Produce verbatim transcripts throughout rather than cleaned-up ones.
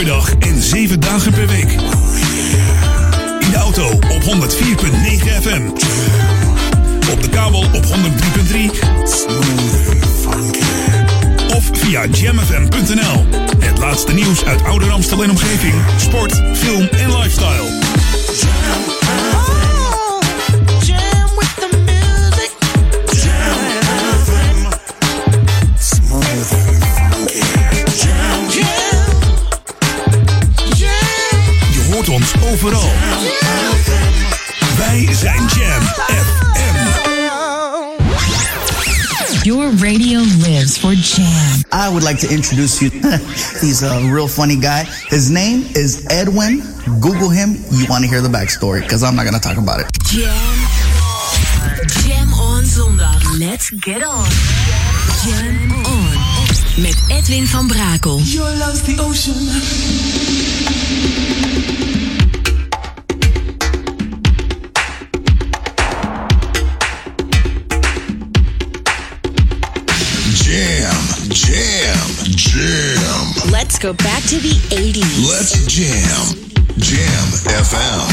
per dag en zeven dagen per week. In de auto op honderd vier komma negen F M. Op de kabel op honderd drie komma drie. Of via jam f m punt n l. Het laatste nieuws uit Ouder Amstel en omgeving. Sport, film en lifestyle. Je hoort ons overal. Wij zijn Jam F M. Your radio lives for Jam. I would like to introduce you. He's a real funny guy. His name is Edwin. Google him. You want to hear the backstory, because I'm not going to talk about it. Jam. Jam on zondag. Let's get on. Jam on. Met Edwin van Brakel. Your love's the ocean. Jam, jam, jam. Let's go back to the eighties. Let's jam. Jam F M.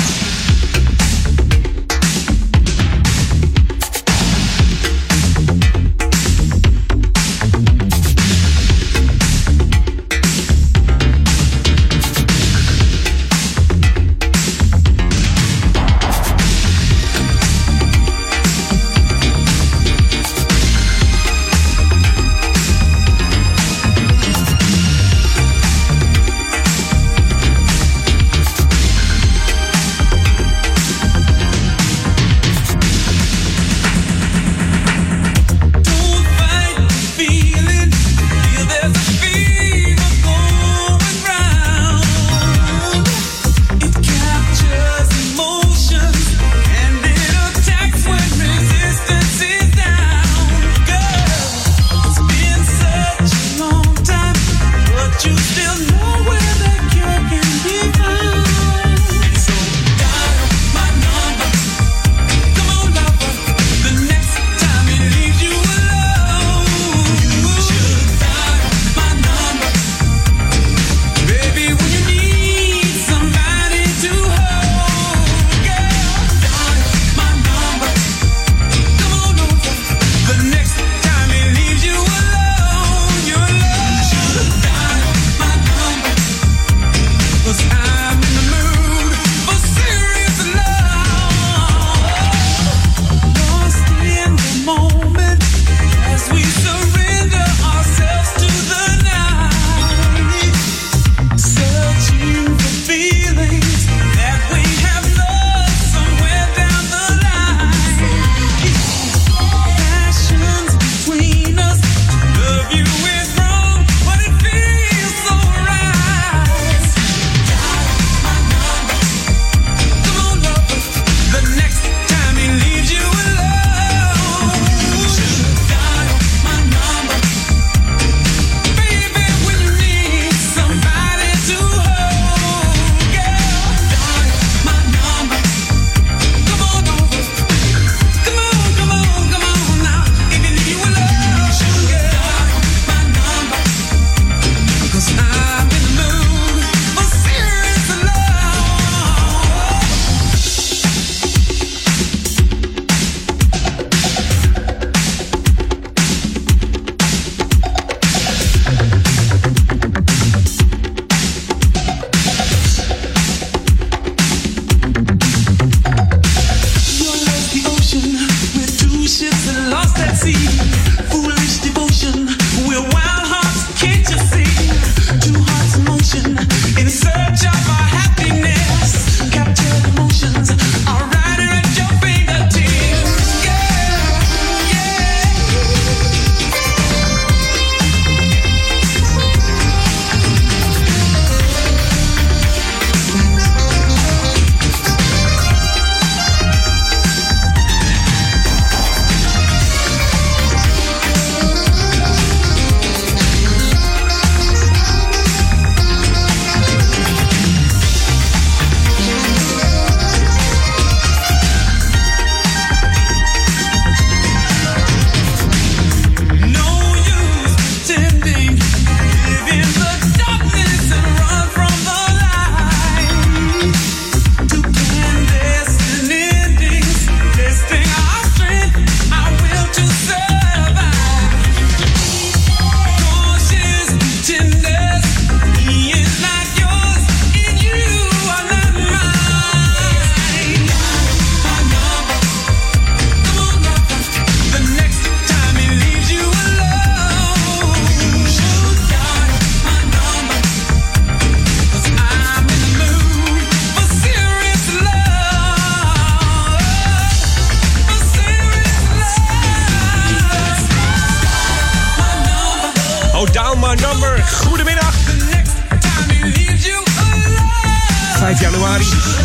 Goedemiddag. vijf januari.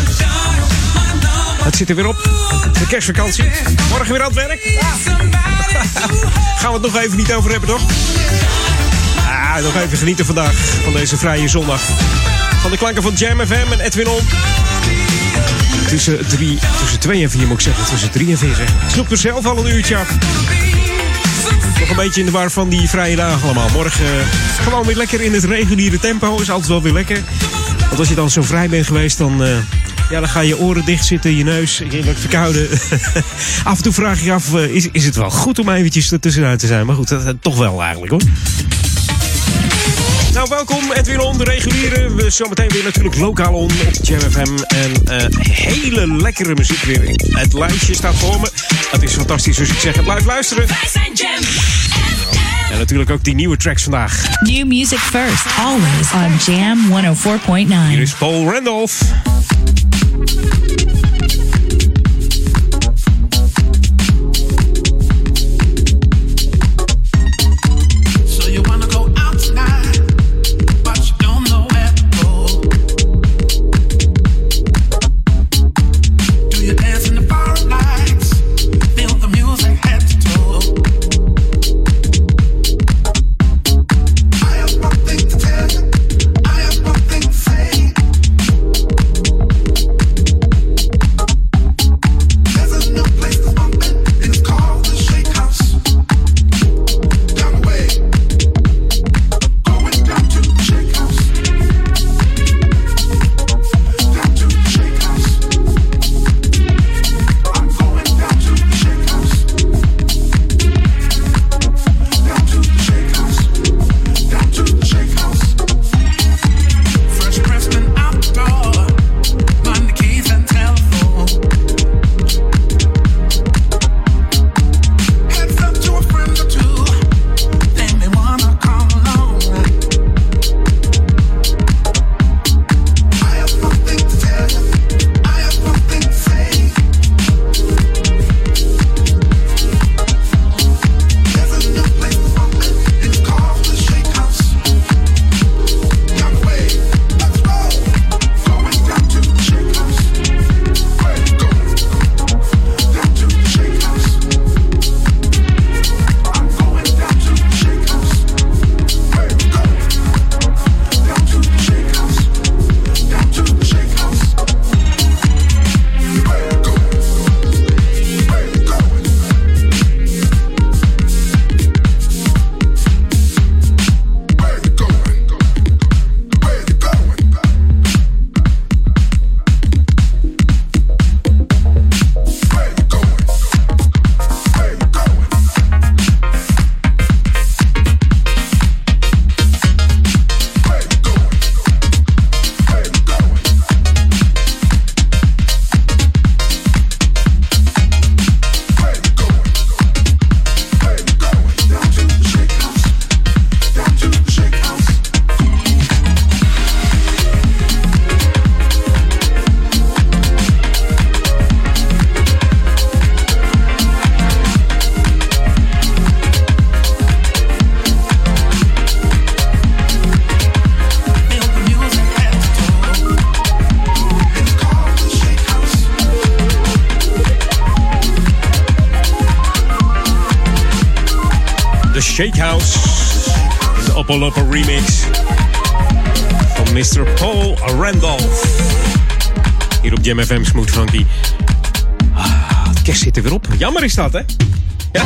Het zit er weer op. De kerstvakantie. Morgen weer aan het werk. Ah. Gaan we het nog even niet over hebben, toch? Ah, nog even genieten vandaag van deze vrije zondag. Van de klanken van Jam F M en Edwin On. Tussen, drie, tussen twee en vier moet ik zeggen. Tussen drie en vier zeggen. Ik sloep er zelf al een uurtje af. Nog een beetje in de war van die vrije dagen allemaal. Morgen uh, gewoon weer lekker in het reguliere tempo. Is altijd wel weer lekker. Want als je dan zo vrij bent geweest, dan, uh, ja, dan ga je oren dicht zitten, je neus. Je wordt verkouden. Af en toe vraag je je af, uh, is, is het wel goed om eventjes er tussenuit te zijn? Maar goed, dat, dat, toch wel eigenlijk hoor. Nou, welkom Edwin On, de reguliere. We zometeen weer natuurlijk lokaal on op Jam F M. En uh, hele lekkere muziek weer. Het lijstje staat voor me. Het is fantastisch, dus ik zeg, blijf luisteren. Wij zijn Jam F M. En natuurlijk ook die nieuwe tracks vandaag. New music first, always on Jam honderdvier komma negen. Hier is Paul Randolph. Shakehouse. De Oppo Lopo remix van mister Paul Randolph. Hier op Jam F M Smooth Funky. Ah, het kerst zit er weer op. Jammer is dat, hè? Ja.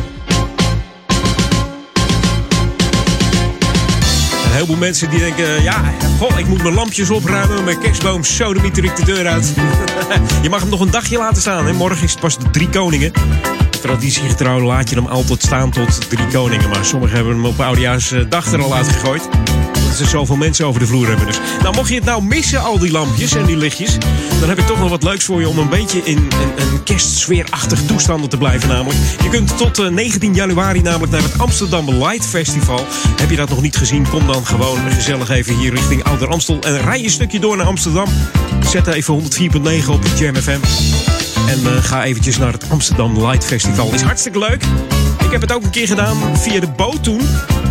Een heleboel mensen die denken, ja, goh, ik moet mijn lampjes opruimen, mijn kerstboom, sodemieterik de deur uit. Je mag hem nog een dagje laten staan, hè? Morgen is het pas de Drie Koningen. Traditiegetrouw laat je hem altijd staan tot Drie Koningen. Maar sommigen hebben hem op Oudejaarsdag er al uitgegooid. Dat er zoveel mensen over de vloer hebben. Dus. Nou, mocht je het nou missen, al die lampjes en die lichtjes, dan heb ik toch nog wat leuks voor je om een beetje in een, een kerstsfeerachtig toestanden te blijven namelijk. Je kunt tot uh, negentien januari namelijk naar het Amsterdam Light Festival. Heb je dat nog niet gezien, kom dan gewoon gezellig even hier richting Ouder Amstel. En rij een stukje door naar Amsterdam. Zet even honderdvier komma negen op Jam F M. En uh, ga eventjes naar het Amsterdam Light Festival. Is hartstikke leuk. Ik heb het ook een keer gedaan via de boot toen.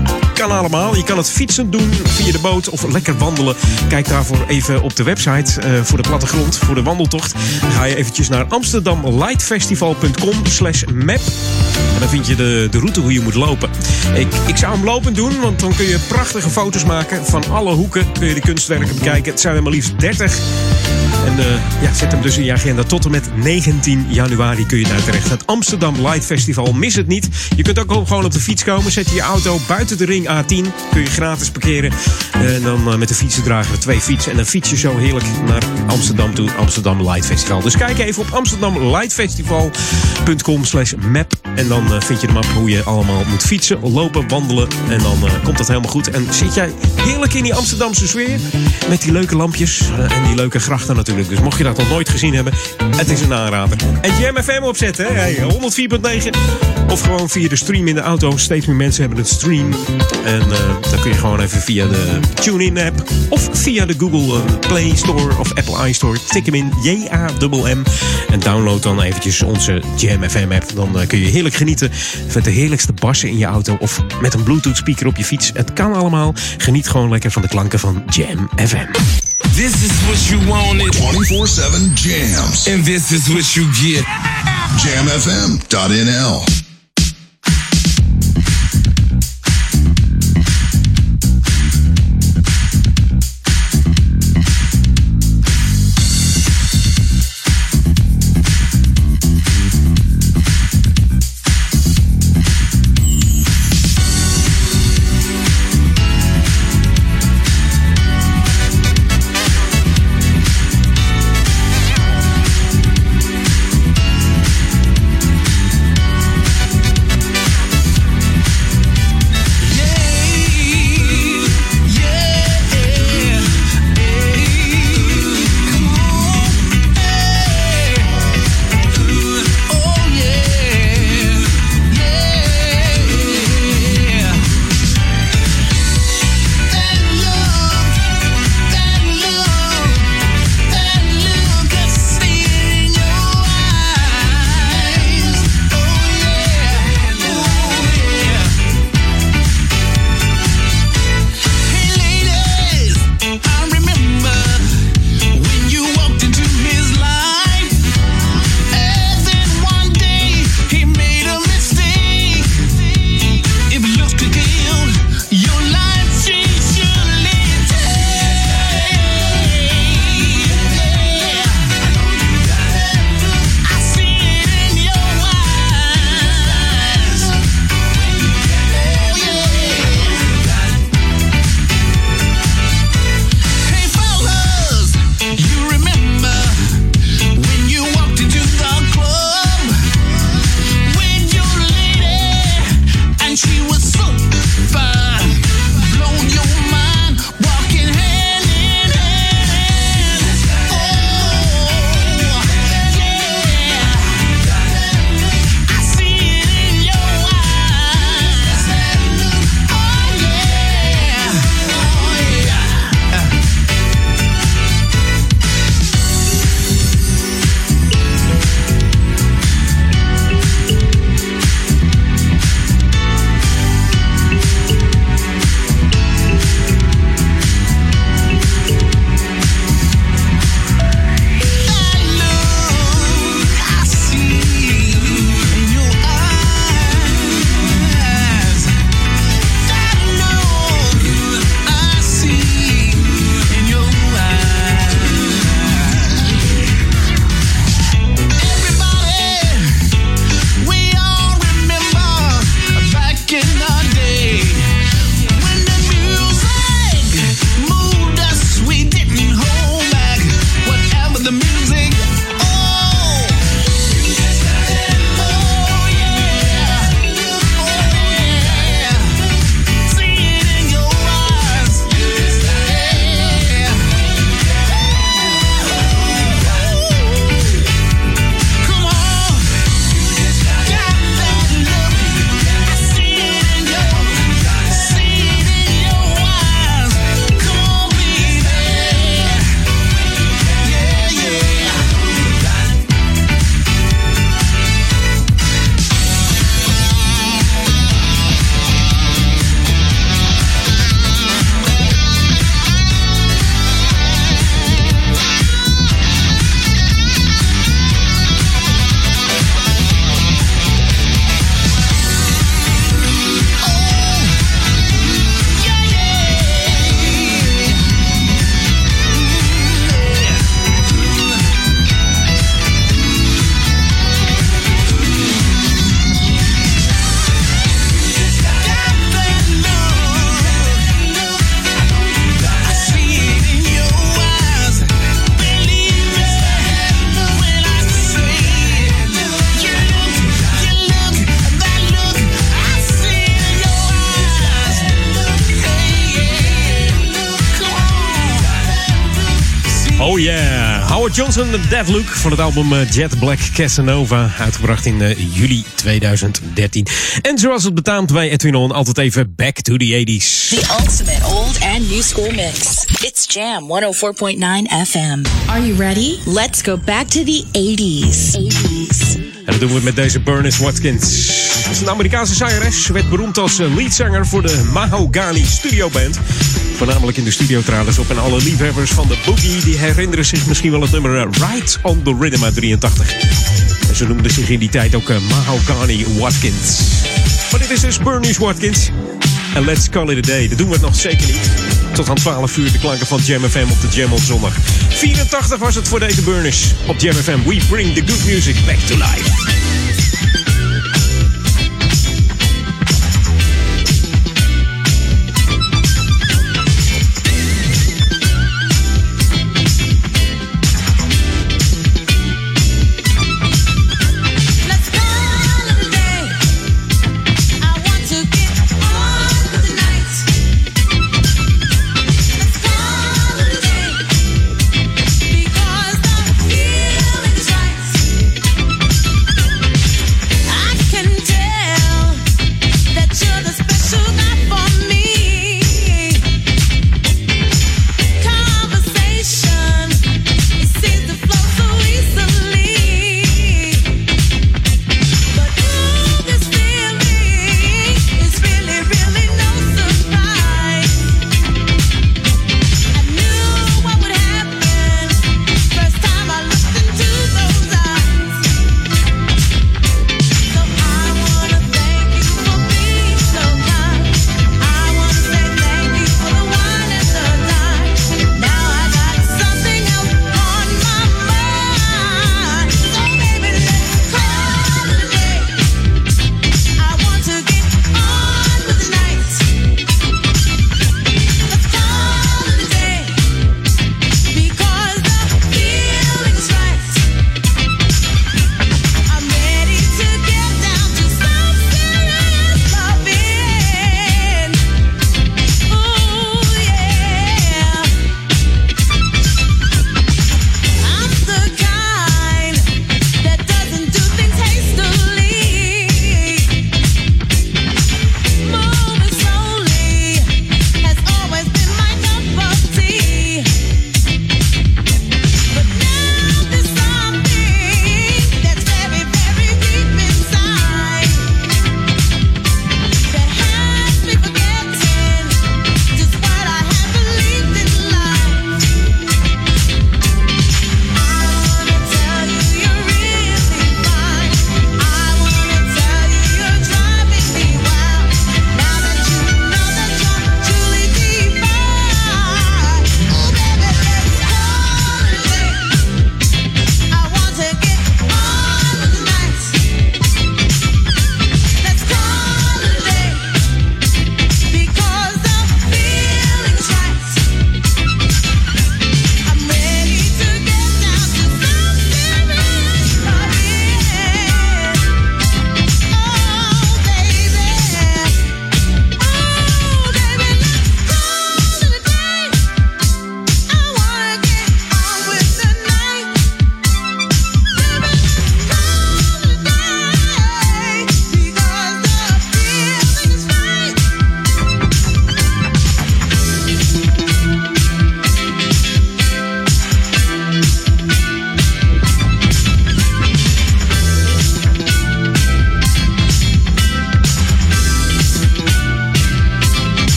kan allemaal. Je kan het fietsen doen via de boot of lekker wandelen. Kijk daarvoor even op de website uh, voor de plattegrond, voor de wandeltocht. Dan ga je eventjes naar amsterdamlightfestival punt com slash map. En dan vind je de, de route hoe je moet lopen. Ik, ik zou hem lopend doen, want dan kun je prachtige foto's maken. Van alle hoeken kun je de kunstwerken bekijken. Het zijn er maar liefst dertig. En uh, ja, zet hem dus in je agenda. Tot en met negentien januari kun je daar terecht. Het Amsterdam Light Festival, mis het niet. Je kunt ook gewoon op de fiets komen. Zet je je auto buiten de ring A tien. Kun je gratis parkeren. En dan uh, met de fietsendrager twee fietsen. En dan fiets je zo heerlijk naar Amsterdam toe. Amsterdam Light Festival. Dus kijk even op amsterdamlightfestival punt com slash map. En dan uh, vind je de map hoe je allemaal moet fietsen, lopen, wandelen. En dan uh, komt dat helemaal goed. En zit jij heerlijk in die Amsterdamse sfeer. Met die leuke lampjes uh, en die leuke grachten natuurlijk. Dus mocht je dat nog nooit gezien hebben, het is een aanrader. En Jam F M opzetten, hè? Hey, honderd vier punt negen. Of gewoon via de stream in de auto. Steeds meer mensen hebben een stream. En uh, dan kun je gewoon even via de TuneIn app. Of via de Google Play Store of Apple iStore. Tik hem in, J A M M. En download dan eventjes onze Jam F M app. Dan uh, kun je heerlijk genieten van de heerlijkste bassen in je auto. Of met een Bluetooth speaker op je fiets. Het kan allemaal. Geniet gewoon lekker van de klanken van Jam F M. This is what you wanted. twenty-four seven jams. And this is what you get. jam f m dot n l. Oh yeah, Howard Johnson, The Dead Look van het album Jet Black Casanova, uitgebracht in uh, juli tweeduizend dertien. En zoals het betaamt bij Edwin On, altijd even back to the eighties. The ultimate old and new school mix. It's Jam honderdvier komma negen F M. Are you ready? Let's go back to the eighties. eighties. En dat doen we met deze Bernice Watkins. Dat is een Amerikaanse zangeres. Ze werd beroemd als leadzanger voor de Mahogany Studio Band. Voornamelijk in de studio traden ze op. En alle liefhebbers van de boogie die herinneren zich misschien wel het nummer Ride on the Rhythm uit drieëntachtig. En ze noemden zich in die tijd ook Mahogany Watkins. Maar dit is dus Bernice Watkins. En let's call it a day. Dat doen we het nog zeker niet. Tot aan twaalf uur de klanken van Jam F M op de Jam on zondag. vierentachtig was het voor deze Bernice. Op Jam F M, we bring the good music back to life. Because the feeling's right.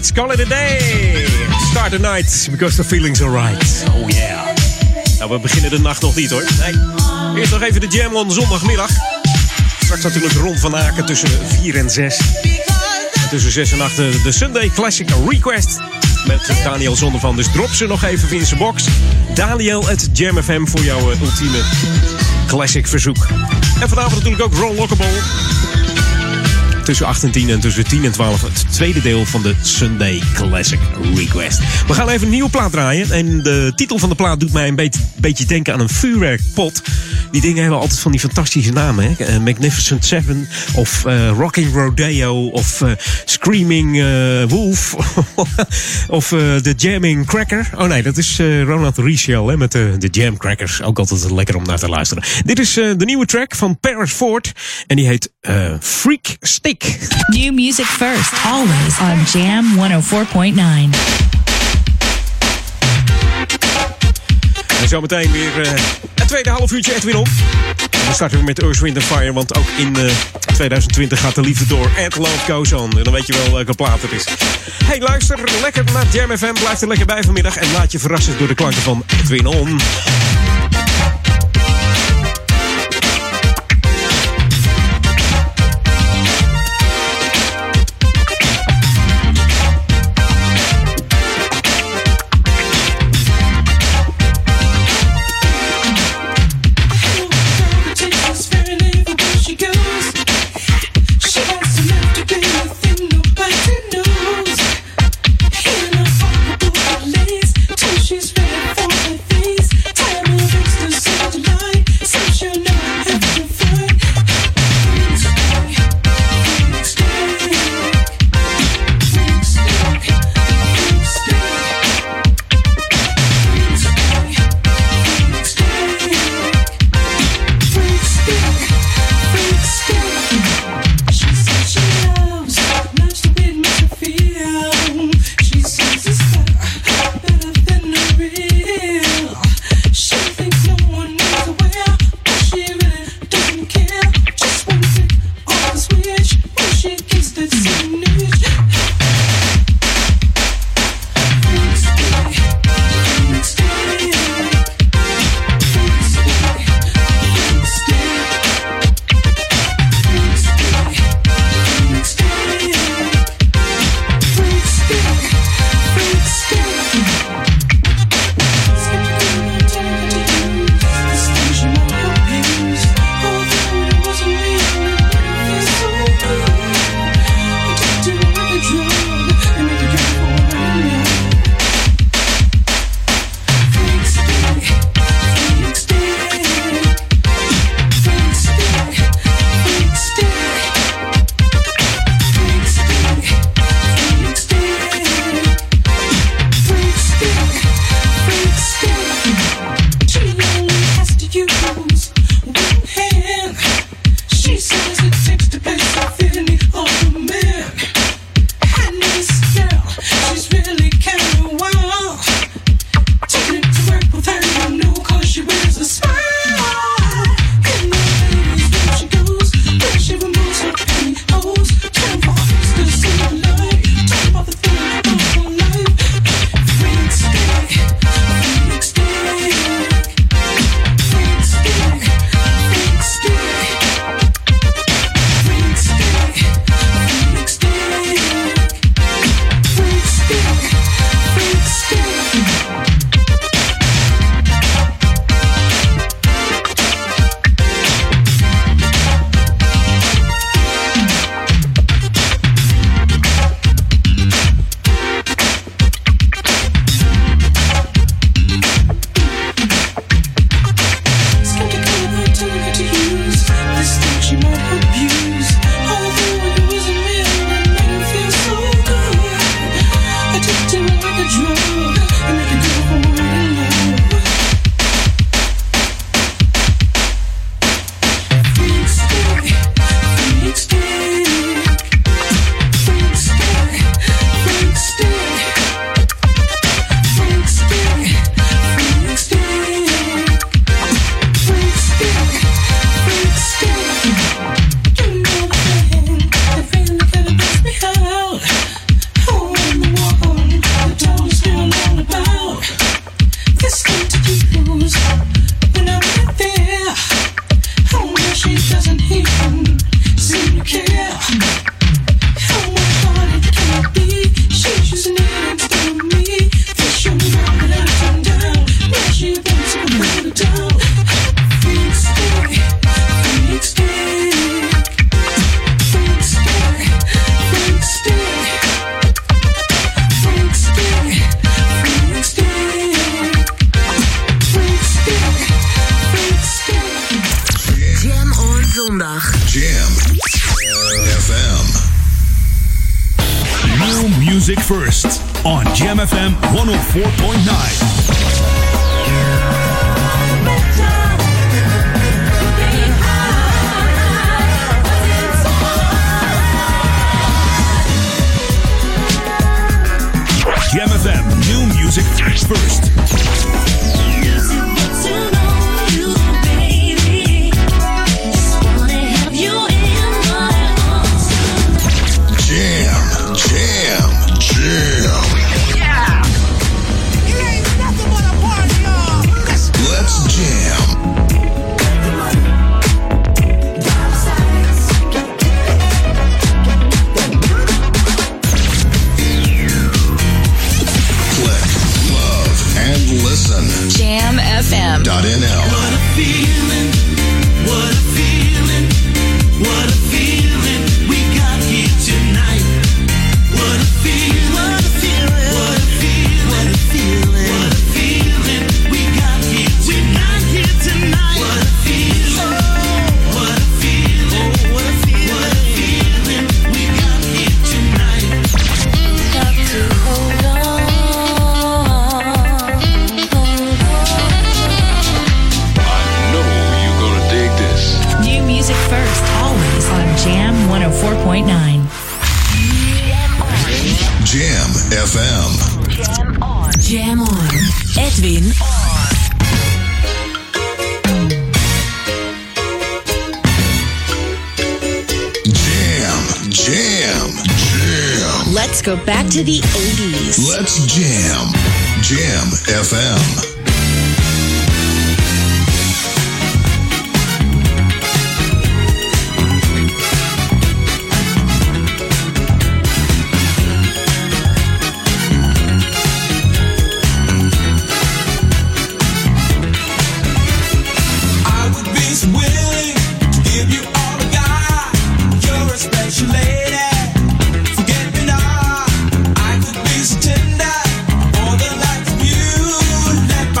Let's call it a day. Start the night because the feeling's alright. Oh yeah. Nou, we beginnen de nacht nog niet hoor. Nee. Eerst nog even de Jam on zondagmiddag. Straks natuurlijk Ron van Aken tussen vier en zes. En tussen zes en acht de Sunday Classic Request. Met Daniel Zondervan. Dus drop ze nog even in zijn box. Daniel at Jam F M voor jouw uh, ultieme classic verzoek. En vanavond natuurlijk ook Ron Lockable. Tussen acht en tien en tussen tien en twaalf het tweede deel van de Sunday Classic Request. We gaan even een nieuwe plaat draaien. En de titel van de plaat doet mij een beetje, beetje denken aan een vuurwerkpot. Die dingen hebben altijd van die fantastische namen. Hè? Uh, Magnificent Seven of uh, Rocking Rodeo of uh, Screaming uh, Wolf of uh, The Jamming Cracker. Oh nee, dat is uh, Ronald Richel hè, met de, de Jam Crackers. Ook altijd lekker om naar te luisteren. Dit is uh, de nieuwe track van Paris Ford en die heet uh, Freak Stick. New music first, always on Jam honderdvier komma negen. En zometeen weer uh, het tweede half uurtje Edwin op. We starten weer met Earth, Wind and Fire, want ook in uh, twintig twintig gaat de liefde door. And Love Goes On. En dan weet je wel welke plaat het is. Hey, luister lekker naar Jam F M. Blijf er lekker bij vanmiddag en laat je verrassen door de klanken van Edwin On. She's ready for the face. Time Music First on Jam F M one oh four point nine. Jam F M, new music first. Jam, jam, jam. Yeah. It ain't nothing but a party, y'all. Let's, Let's jam. Click, love, and listen. Jam F M. Dot N L. What a feeling, what a feeling, what a feeling we got here tonight. What a feeling, what a feeling, what a feeling, what a feeling, what a feeling we got here tonight. Here tonight. What a feeling, what a feeling, what a feeling, what a feeling we got here tonight. Got to hold on, hold on. New music first, always on Jam one oh four point nine. Jam F M. Jam on. Jam on. Edwin on. Jam, jam, jam. Let's go back to the eighties. Let's jam. Jam F M. I would be so willing to give you all I got. You're a special lady. Forget me not. I could be so tender. All the likes of you. Let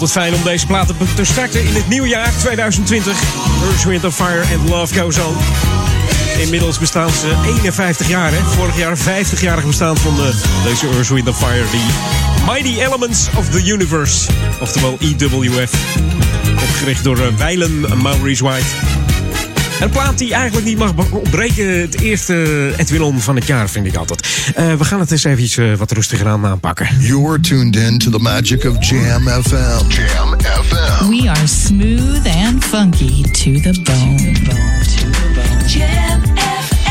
Altijd fijn om deze plaat te starten in het nieuwe jaar tweeduizend twintig. Earth, Wind and Fire and Love Goes On. Inmiddels bestaan ze eenenvijftig jaar. Hè? Vorig jaar vijftig-jarig bestaan van uh, deze Earth, Wind and Fire. Die Mighty Elements of the Universe. Oftewel E W F. Opgericht door uh, Weilen Maurice White. Een plaat die eigenlijk niet mag ontbreken. Het eerste Edwin On van het jaar, vind ik altijd. Uh, we gaan het eens eventjes uh, wat rustiger aan aanpakken. You're tuned in to the magic of Jam F M. Jam F M. We are smooth and funky to the bone. Jam F M.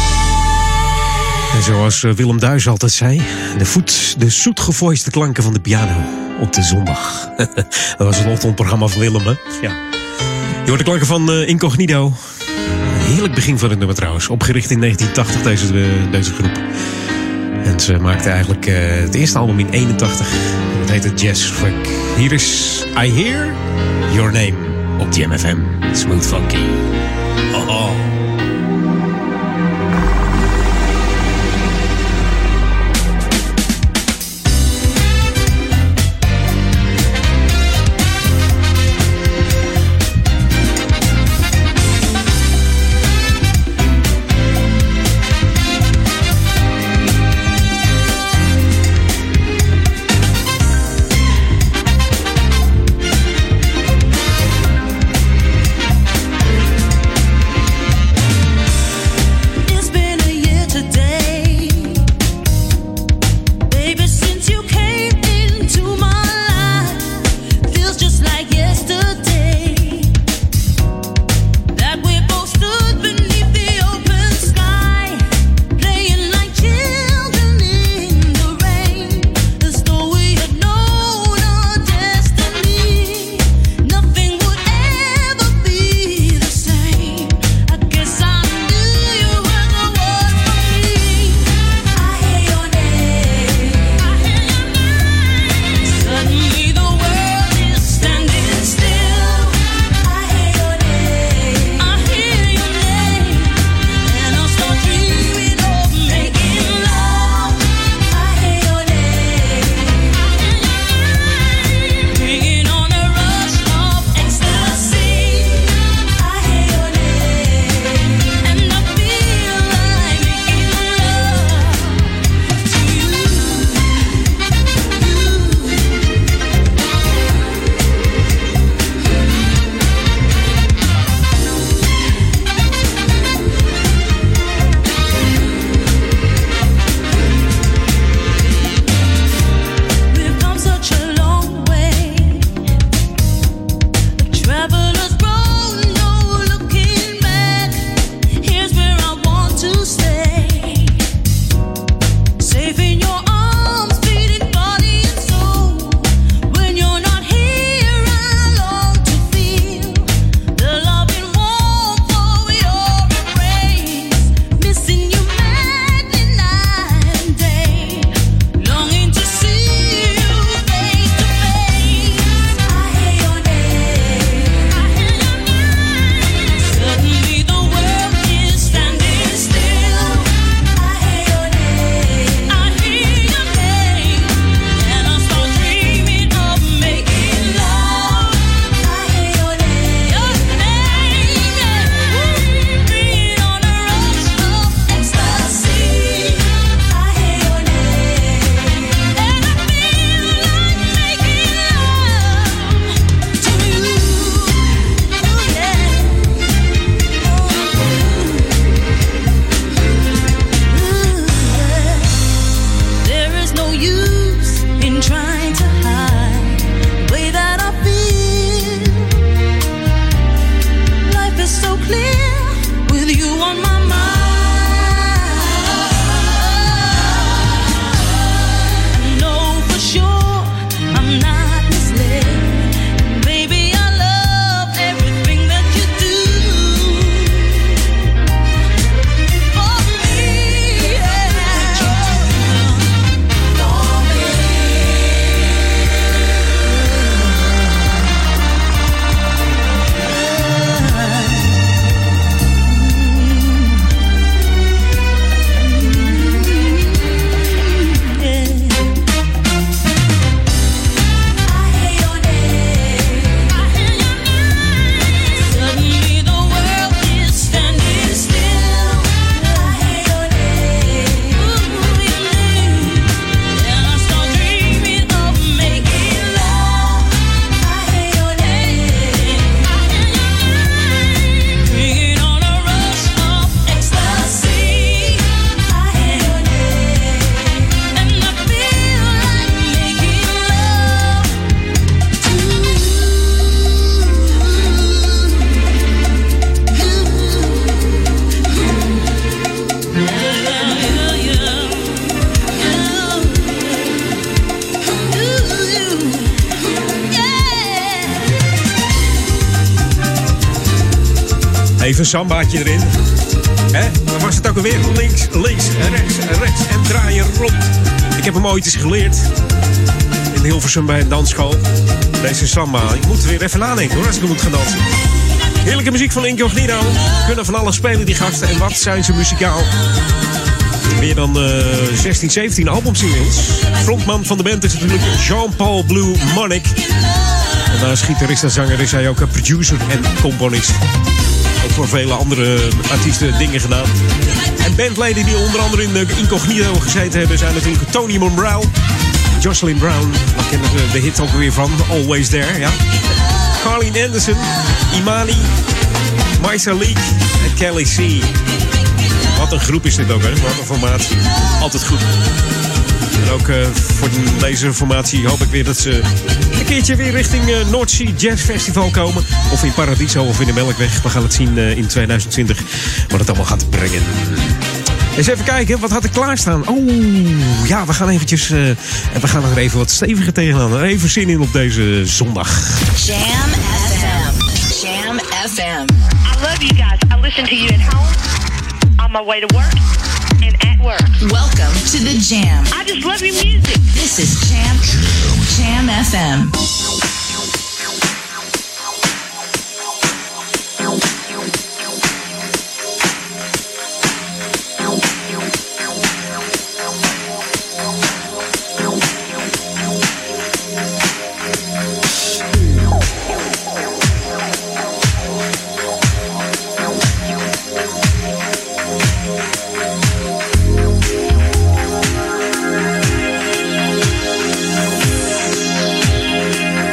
En zoals uh, Willem Duis altijd zei, de, voet, de zoetgevoiste klanken van de piano op de zondag. Dat was het ochtendprogramma van Willem, hè? Ja. Je hoort de klanken van uh, Incognito. Een heerlijk begin van het nummer trouwens. Opgericht in negentien tachtig, deze, uh, deze groep. En ze maakte eigenlijk uh, het eerste album in eenentachtig. Dat heette Jazz Funk. Hier is I Hear Your Name op Jam F M. Smooth Funky. Oh, oh. Even een sambaatje erin. Hè? Dan was het ook alweer links, links, rechts, rechts en draaien rond. Ik heb hem ooit eens geleerd. In Hilversum bij een dansschool. Deze samba. Ik moet weer even nadenken hoor, als ik moet gaan dansen. Heerlijke muziek van Incognito. Kunnen van alles spelen die gasten. En wat zijn ze muzikaal? Meer dan uh, zestien, zeventien albumsingles. Frontman van de band is natuurlijk Jean-Paul Blue Monic. En naast gitarist en zanger is hij ook een producer en componist. Ook voor vele andere artiesten dingen gedaan. En bandleden die onder andere in de Incognito gezeten hebben zijn natuurlijk Tony Monreal, Jocelyn Brown, daar kennen we de hit ook weer van, Always There, ja. Carleen Anderson, Imani, Maisa Leak en Kelly C. Wat een groep is dit ook, hè? Wat een formatie. Altijd goed. En ook uh, voor deze formatie hoop ik weer dat ze een keertje weer richting uh, North Sea Jazz Festival komen. Of in Paradiso of in de Melkweg. We gaan het zien uh, in tweeduizend twintig wat het allemaal gaat brengen. Eens even kijken, wat had ik klaarstaan? Oh, ja, we gaan eventjes... Uh, we gaan er even wat steviger tegenaan. Even zin in op deze zondag. Jam F M. Jam F M. I love you guys. I listen to you at home, on my way to work, and at work. Welcome to the Jam. I just love your music. This is Jam, Jam F M. I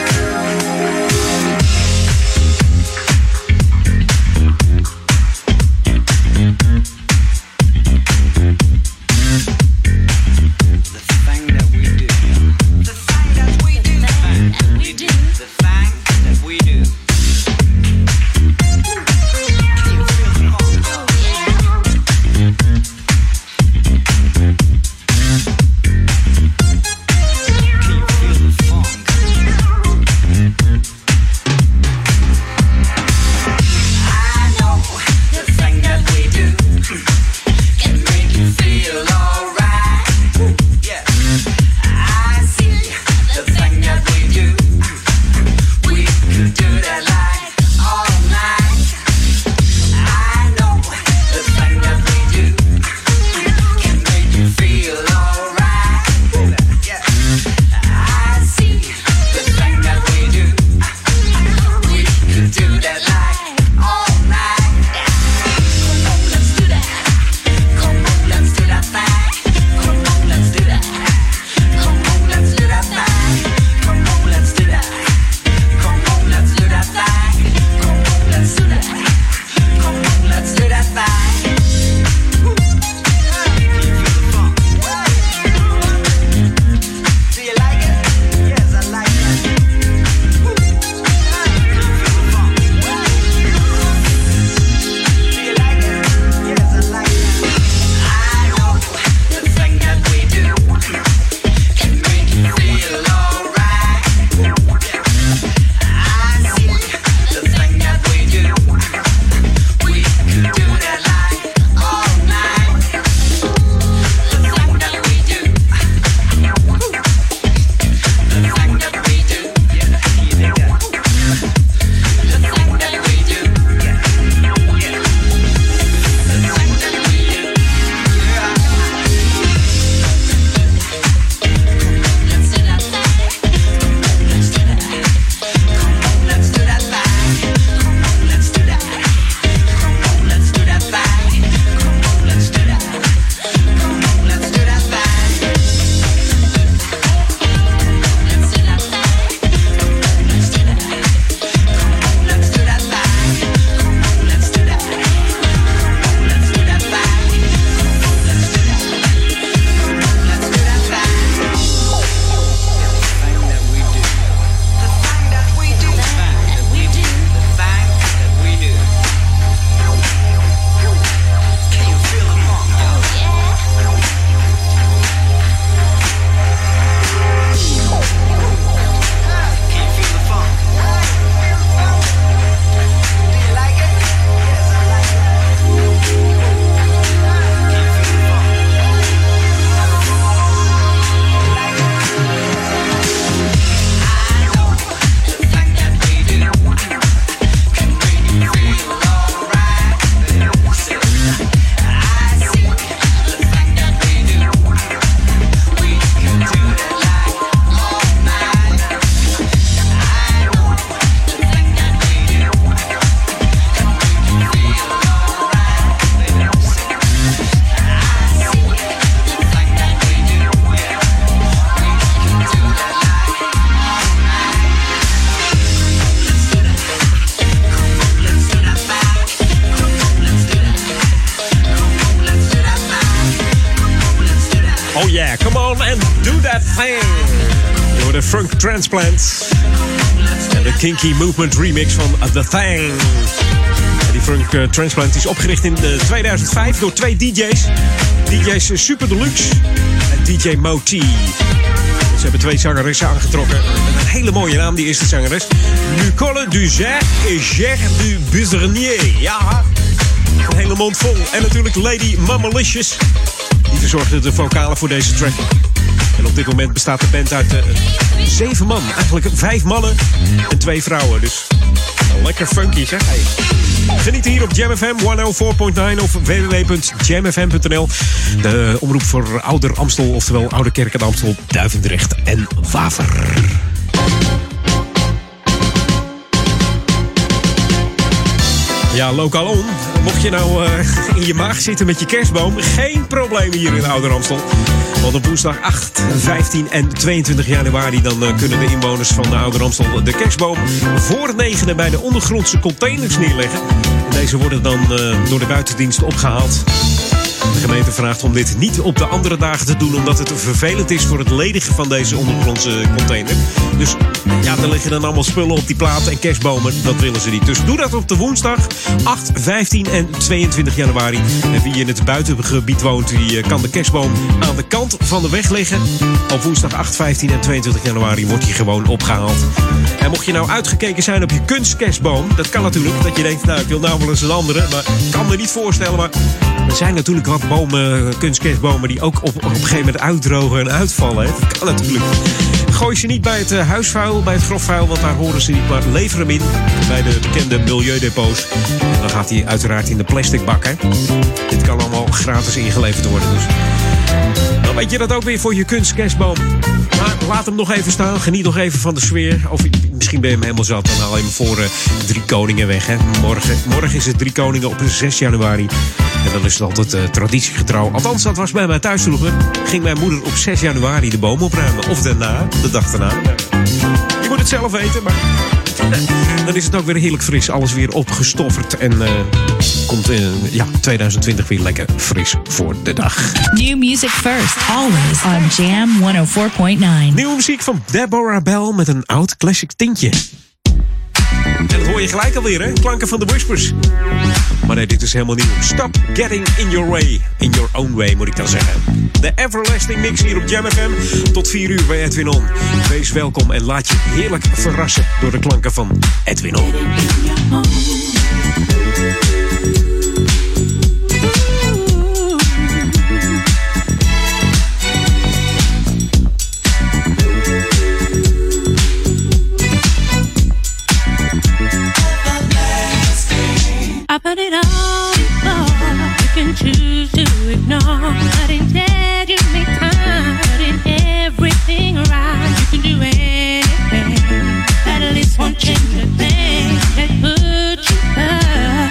yeah, come on and do that thing. Door de Funk Transplant. En de Kinky Movement remix van The Thing. En die Funk uh, Transplant is opgericht in uh, tweeduizend vijf door twee D J's. D J's Super Deluxe en D J Moti. Ze hebben twee zangeressen aangetrokken. Een hele mooie naam, die eerste zangeres. Nicole Duzet en Gère du Buzzernier. Ja, een hele mond vol. En natuurlijk Lady Mamalicious. Die verzorgde de vocalen voor deze track. En op dit moment bestaat de band uit uh, zeven man. Eigenlijk vijf mannen en twee vrouwen. Dus lekker funky, zeg. Hey. Geniet hier op Jam F M honderdvier komma negen of w w w punt jam f m punt n l. De omroep voor Ouder Amstel, oftewel Oude Kerk en Amstel, Duivendrecht en Waver. Ja, lokaal on. Mocht je nou uh, in je maag zitten met je kerstboom, geen probleem hier in Ouder Amstel. Want op woensdag acht, vijftien en tweeëntwintig januari dan uh, kunnen de inwoners van de Ouder Amstel de kerstboom voor negenen bij de ondergrondse containers neerleggen. En deze worden dan uh, door de buitendienst opgehaald. De gemeente vraagt om dit niet op de andere dagen te doen, omdat het vervelend is voor het ledigen van deze ondergrondse container. Dus ja, er liggen dan allemaal spullen op die platen en kerstbomen. Dat willen ze niet. Dus doe dat op de woensdag acht, vijftien en tweeëntwintig januari. En wie in het buitengebied woont, die kan de kerstboom aan de kant van de weg liggen. Op woensdag acht, vijftien en tweeëntwintig januari wordt die gewoon opgehaald. En mocht je nou uitgekeken zijn op je kunstkerstboom, dat kan natuurlijk. Dat je denkt, nou, ik wil nou wel eens een andere. Maar ik kan me niet voorstellen, maar er zijn natuurlijk wat bomen, kunstkerstbomen, die ook op, op een gegeven moment uitdrogen en uitvallen. Hè. Dat kan natuurlijk. Gooi ze niet bij het uh, huisvuil, bij het grofvuil, want daar horen ze niet. Maar lever hem in bij de bekende milieudepots. En dan gaat hij uiteraard in de plastic bak. Hè. Dit kan allemaal gratis ingeleverd worden. Dus dan weet je dat ook weer voor je kunstkerstboom. Maar laat hem nog even staan. Geniet nog even van de sfeer. Of misschien ben je hem helemaal zat. Dan haal je hem voor uh, Drie Koningen weg. Hè. Morgen, morgen is het Drie Koningen op zes januari. En dan is het altijd uh, traditiegetrouw. Althans, dat was bij mij thuis vroeger. Ging mijn moeder op zes januari de boom opruimen. Of daarna, de dag daarna. Je moet het zelf weten, maar dan is het ook weer heerlijk fris. Alles weer opgestofferd. En uh, komt uh, ja, twintig twintig weer lekker fris voor de dag. New music first, always on Jam honderdvier komma negen. Nieuwe muziek van Deborah Bell met een oud classic tintje. En dat hoor je gelijk alweer, hè? Klanken van de Whispers. Maar nee, dit is helemaal nieuw. Stop getting in your way. In your own way, moet ik dan zeggen. De Everlasting Mix hier op Jam F M. Tot vier uur bij Edwin On. Wees welkom en laat je heerlijk verrassen door de klanken van Edwin On. I put it on before. You can choose to ignore. But instead you make time. Putting everything right. You can do anything. At least won't change a thing. That put you first.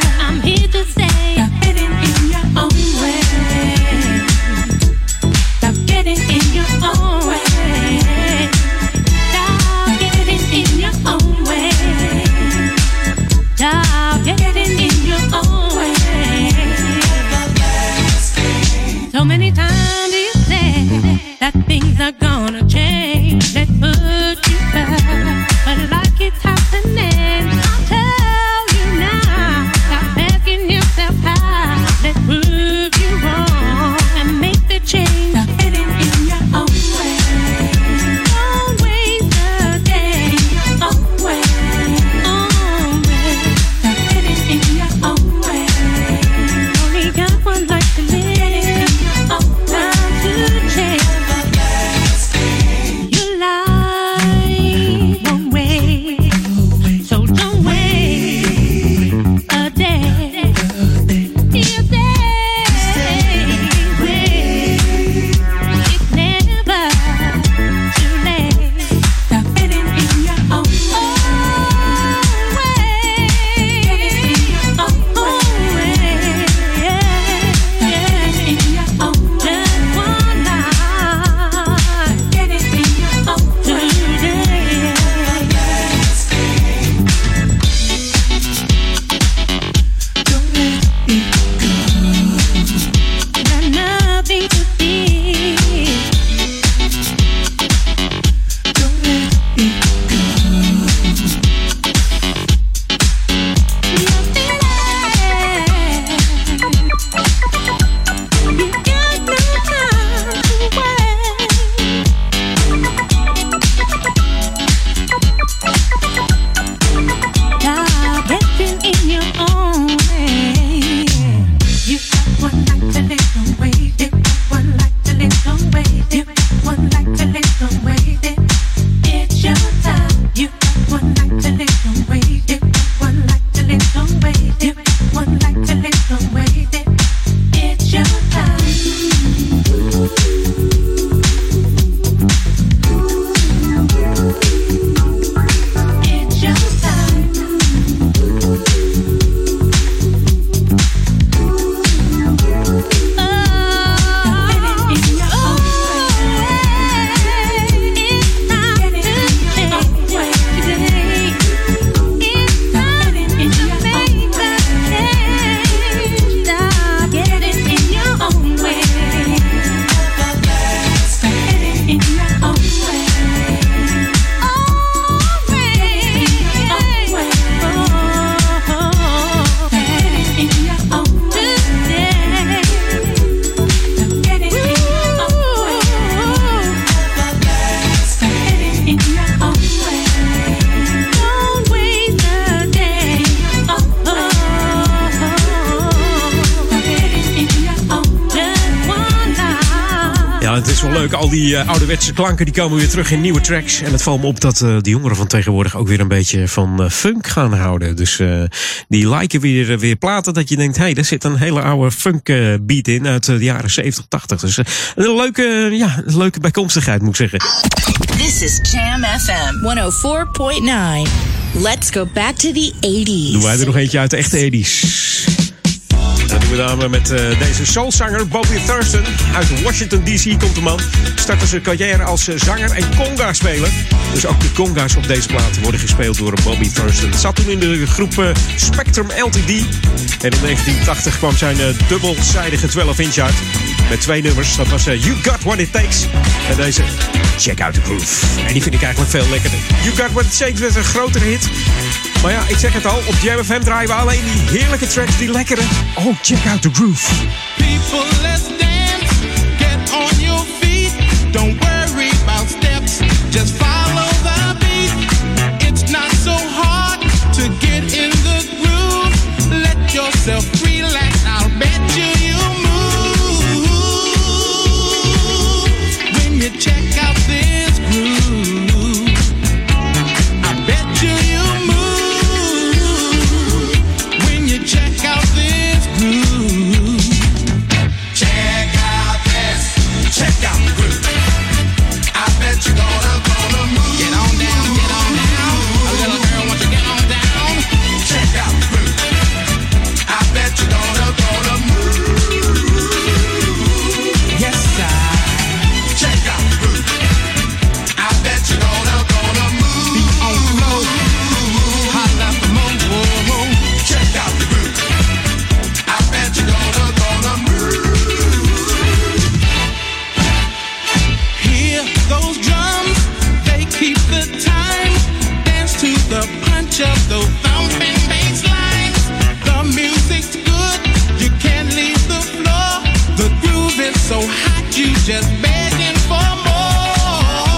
leuk. Al die uh, ouderwetse klanken die komen weer terug in nieuwe tracks. En het valt me op dat uh, de jongeren van tegenwoordig ook weer een beetje van uh, funk gaan houden. Dus uh, die liken weer, uh, weer platen dat je denkt, hé, hey, daar zit een hele oude funk uh, beat in uit uh, de jaren zeventig, tachtig. Dus uh, een leuke, uh, ja, een leuke bijkomstigheid moet ik zeggen. This is Jam F M honderdvier komma negen. Let's go back to the eighties. Doen wij er nog eentje uit de echte eighties. Dat doen we dan met uh, deze soulzanger Bobby Thurston. Uit Washington D C komt de man. Startte zijn carrière als uh, zanger en conga-speler. Dus ook de conga's op deze plaat worden gespeeld door Bobby Thurston. Zat toen in de groep uh, Spectrum L T D. En in negentien tachtig kwam zijn uh, dubbelzijdige twaalf inch uit. Met twee nummers. Dat was uh, You Got What It Takes. En deze Check Out The Groove. En die vind ik eigenlijk veel lekkerder. You Got What It Takes was een grotere hit. Maar ja, ik zeg het al, op Jam F M draaien we alleen die heerlijke tracks, die lekkere. Oh, check out the groove. People, let's dance. Get on your feet. Don't worry about steps. Just follow the beat. It's not so hard to get in the groove. Let yourself relax. I'll bet you you move when you check out this groove. I bet you you check out this groove. Check out this. Check out the groove. I bet you're gonna, gonna move. Get on down, get on down. A little girl, won't you get on down? Check out the groove. I bet you're gonna, gonna move. Yes, I. Check out the groove. I bet you're gonna, gonna move. Be on the floor. Holla for more. Check out the groove. I bet you're gonna, gonna move. Hear those drums, they keep the time. Dance to the punch of those thumping bass lines. The music's good, you can't leave the floor. The groove is so hot, you just begging for more.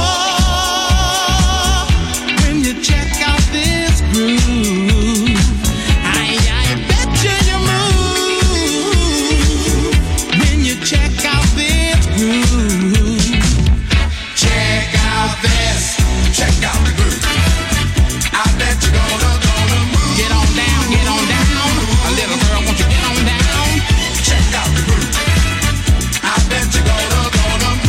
When you check out this groove, I, I bet you you move. When you check out this groove, check out this, check out the groove. I bet you're gonna, gonna move. Get on down, get on down. A little girl, won't you get on down? Check out the groove. I bet you're gonna, gonna move.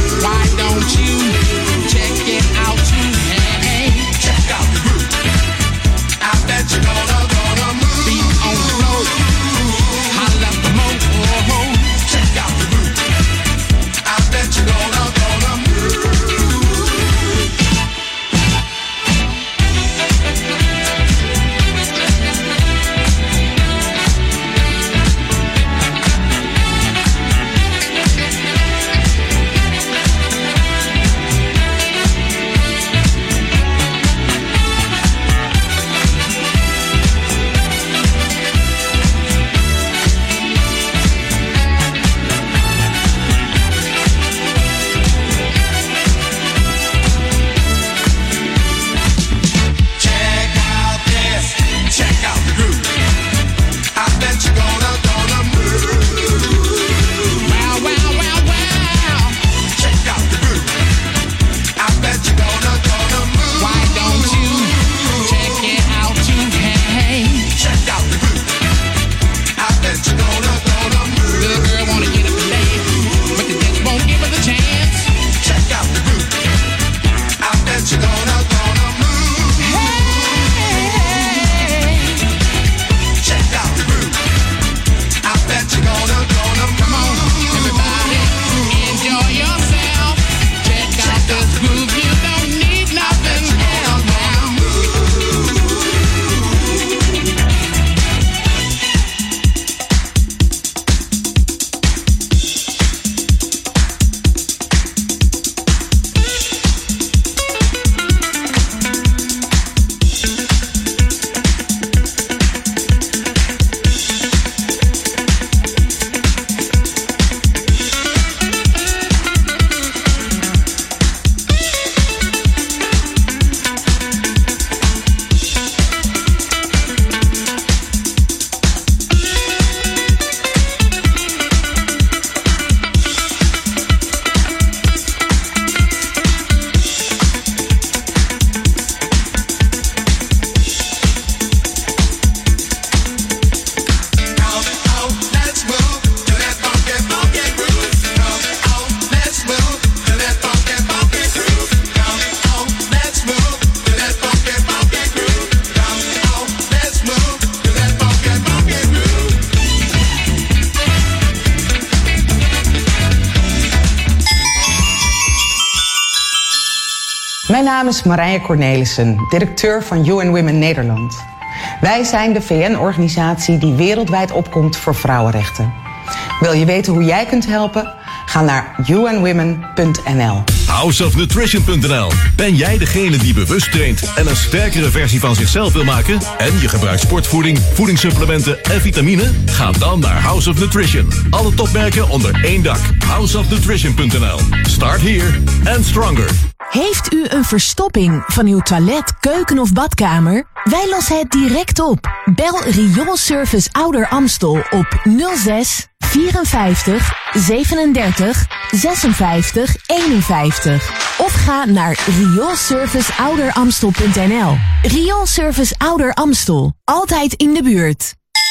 Mijn naam is Marije Cornelissen, directeur van U N Women Nederland. Wij zijn de V N-organisatie die wereldwijd opkomt voor vrouwenrechten. Wil je weten hoe jij kunt helpen? Ga naar u n women punt n l. house of nutrition punt n l. Ben jij degene die bewust traint en een sterkere versie van zichzelf wil maken? En je gebruikt sportvoeding, voedingssupplementen en vitamine? Ga dan naar House of Nutrition. Alle topmerken onder één dak. house of nutrition punt n l. Start here and stronger. Heeft u een verstopping van uw toilet, keuken of badkamer? Wij lossen het direct op. Bel Rioolservice Ouder Amstel op nul zes vierenvijftig zevenendertig zesenvijftig eenenvijftig. Of ga naar rioolservice ouder amstel punt n l. Rioolservice Ouder Amstel. Altijd in de buurt.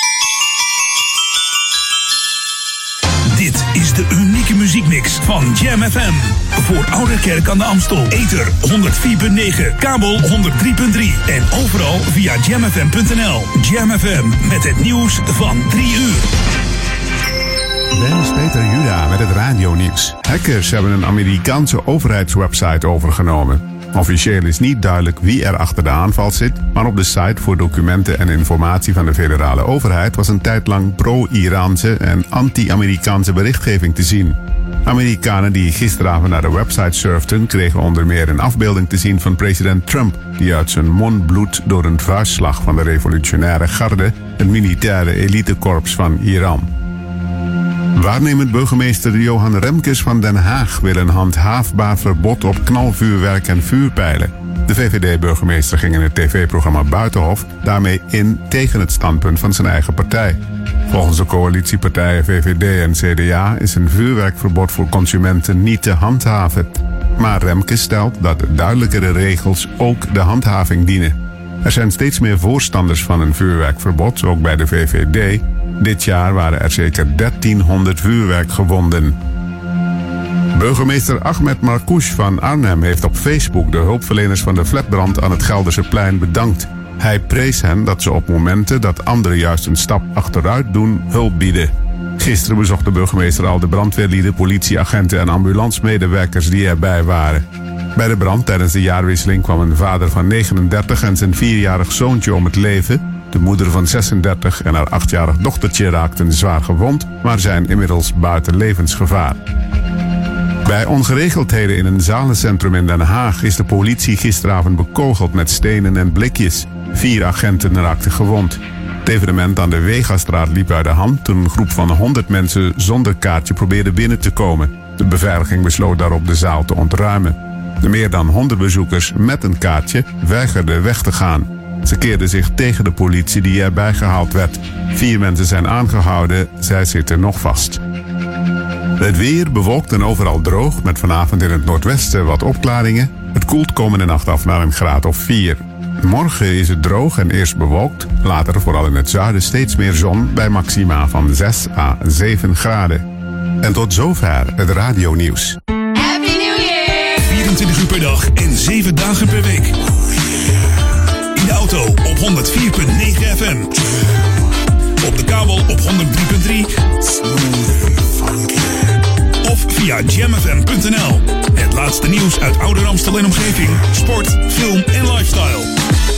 Dit is de unieke muziekmix van Jam F M. Voor Ouderkerk aan de Amstel. Ether honderd vier punt negen, kabel honderd drie punt drie. En overal via jam f m punt n l. Jam F M met het nieuws van drie uur. Dennis Peter Juda met het radionieuws. Hackers hebben een Amerikaanse overheidswebsite overgenomen. Officieel is niet duidelijk wie er achter de aanval zit, maar op de site voor documenten en informatie van de federale overheid was een tijd lang pro-Iraanse en anti-Amerikaanse berichtgeving te zien. Amerikanen die gisteravond naar de website surften kregen onder meer een afbeelding te zien van president Trump, die uit zijn mond bloedt door een vuistslag van de revolutionaire garde, het militaire elitekorps van Iran. Waarnemend burgemeester Johan Remkes van Den Haag wil een handhaafbaar verbod op knalvuurwerk en vuurpijlen. De V V D-burgemeester ging in het tv-programma Buitenhof daarmee in tegen het standpunt van zijn eigen partij. Volgens de coalitiepartijen V V D en C D A is een vuurwerkverbod voor consumenten niet te handhaven. Maar Remkes stelt dat duidelijkere regels ook de handhaving dienen. Er zijn steeds meer voorstanders van een vuurwerkverbod, ook bij de V V D. Dit jaar waren er zeker dertienhonderd vuurwerkgewonden. Burgemeester Ahmed Marcouch van Arnhem heeft op Facebook de hulpverleners van de flatbrand aan het Gelderse bedankt. Hij prees hen dat ze op momenten dat anderen juist een stap achteruit doen, hulp bieden. Gisteren bezocht de burgemeester al de brandweerlieden, politieagenten en ambulancemedewerkers die erbij waren. Bij de brand tijdens de jaarwisseling kwam een vader van negenendertig en zijn vierjarig zoontje om het leven. De moeder van zesendertig en haar achtjarig dochtertje raakten zwaar gewond, maar zijn inmiddels buiten levensgevaar. Bij ongeregeldheden in een zalencentrum in Den Haag is de politie gisteravond bekogeld met stenen en blikjes. Vier agenten raakten gewond. Het evenement aan de Wegastraat liep uit de hand toen een groep van honderd mensen zonder kaartje probeerde binnen te komen. De beveiliging besloot daarop de zaal te ontruimen. De meer dan honderd bezoekers met een kaartje weigerden weg te gaan. Ze keerden zich tegen de politie die erbij gehaald werd. Vier mensen zijn aangehouden, zij zitten nog vast. Het weer bewolkt en overal droog, met vanavond in het noordwesten wat opklaringen. Het koelt komende nacht af naar een graad of vier. Morgen is het droog en eerst bewolkt. Later vooral in het zuiden steeds meer zon bij maxima van zes à zeven graden. En tot zover het radionieuws. Happy New Year! vierentwintig uur per dag en zeven dagen per week. In de auto op honderd vier punt negen F M. Op de kabel op honderd drie punt drie. Of via jam f m punt n l. Het laatste nieuws uit Ouder Amstel en omgeving. Sport, film en lifestyle.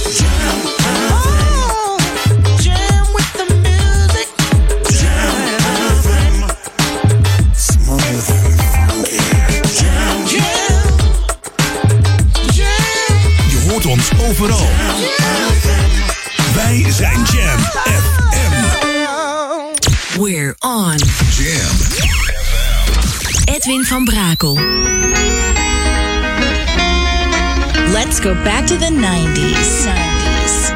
Je hoort ons overal. Wij zijn Jam F M. We're on. Jam F M. Edwin van Brakel. Let's go back to the nineties. nineties.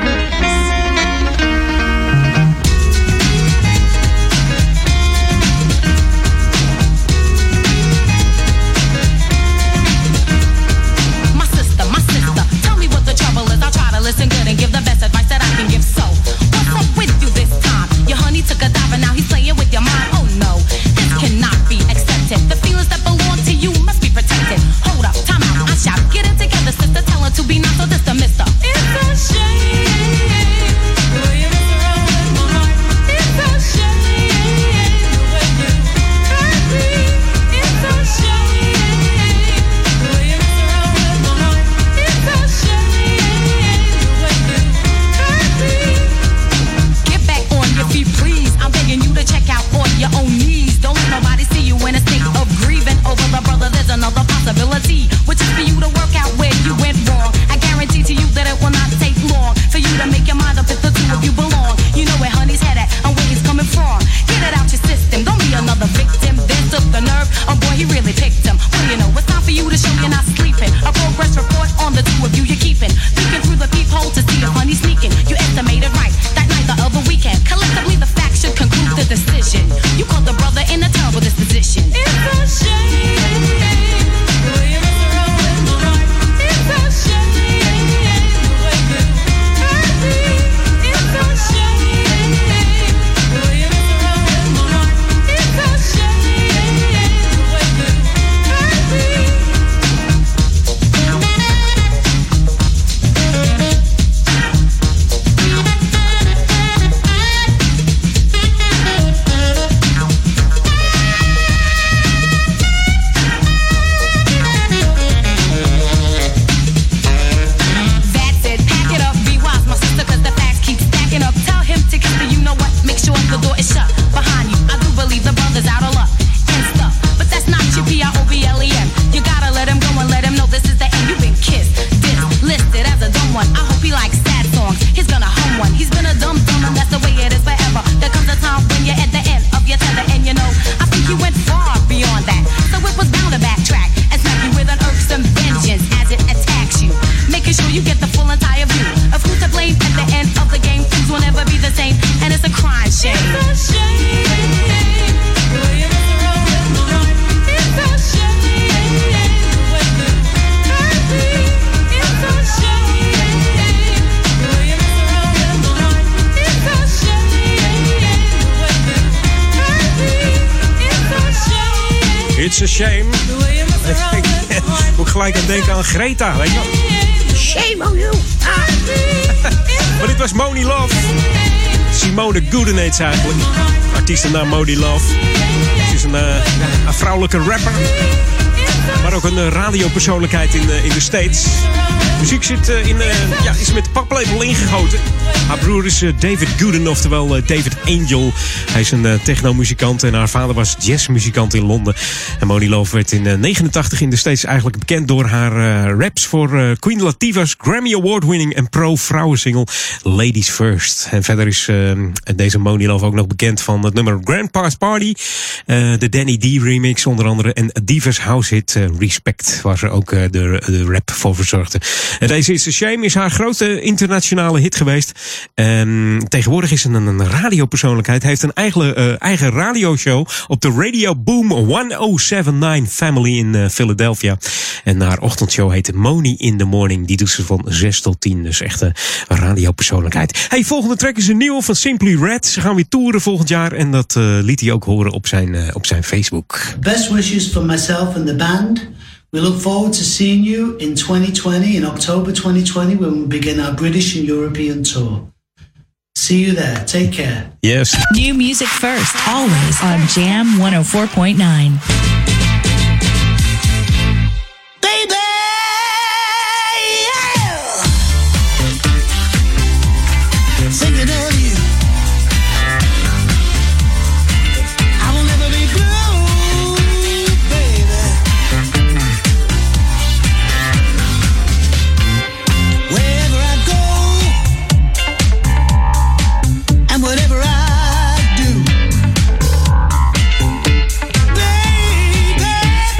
My sister, my sister, tell me what the trouble is. I'll try to listen good and give the best advice that I can give. So, what's up with you this time? Your honey took a dive and now he's playing with your mind. Oh no, this cannot be accepted. The feelings that belong to you must be protected. Hold up, time out, I shout. Get it together, sister. Tell her to be not so dismissive. It's a shame. It's a shame. Moet gelijk aan denken aan Greta, weet je wel. Shame on you. Maar dit was Moni Love. Simone Gooden heet ze eigenlijk. Artiestennaam Moni Love. Ze is een, uh, een vrouwelijke rapper. Maar ook een uh, radiopersoonlijkheid in, uh, in de States. Muziek zit, uh, in, uh, ja, is met paplepel ingegoten. Haar broer is uh, David Gooden, oftewel uh, David Angel. Hij is een uh, technomuzikant en haar vader was jazzmuzikant in Londen. En Moni Love werd in uh, negenentachtig in de States eigenlijk bekend door haar uh, raps voor uh, Queen Latifah's Grammy Award-winning en pro-vrouwensingle Ladies First. En verder is uh, deze Moni Love ook nog bekend van het nummer Grandpa's Party. Uh, de Danny D remix onder andere en Divas House hit uh, Respect, waar ze ook uh, de, de rap voor verzorgde. En deze It's a Shame is haar grootste internationale hit geweest. En tegenwoordig is ze een, een radiopersoonlijkheid. Hij heeft een eigen, uh, eigen radioshow op de Radio Boom honderdzeven negen Family in uh, Philadelphia. En haar ochtendshow heet Moni in the Morning. Die doet ze van zes tot tien. Dus echt een radiopersoonlijkheid. Hey, volgende track is een nieuwe van Simply Red. Ze gaan weer toeren volgend jaar. En dat uh, liet hij ook horen op zijn, uh, op zijn Facebook. Best wishes for myself and the band. We look forward to seeing you in twenty twenty, in October twenty twenty, when we begin our British and European tour. See you there. Take care. Yes. New music first, always on Jam one oh four point nine. Baby! Yeah! Thinking of you. I will never be blue, baby. Wherever I go and whatever I do, baby,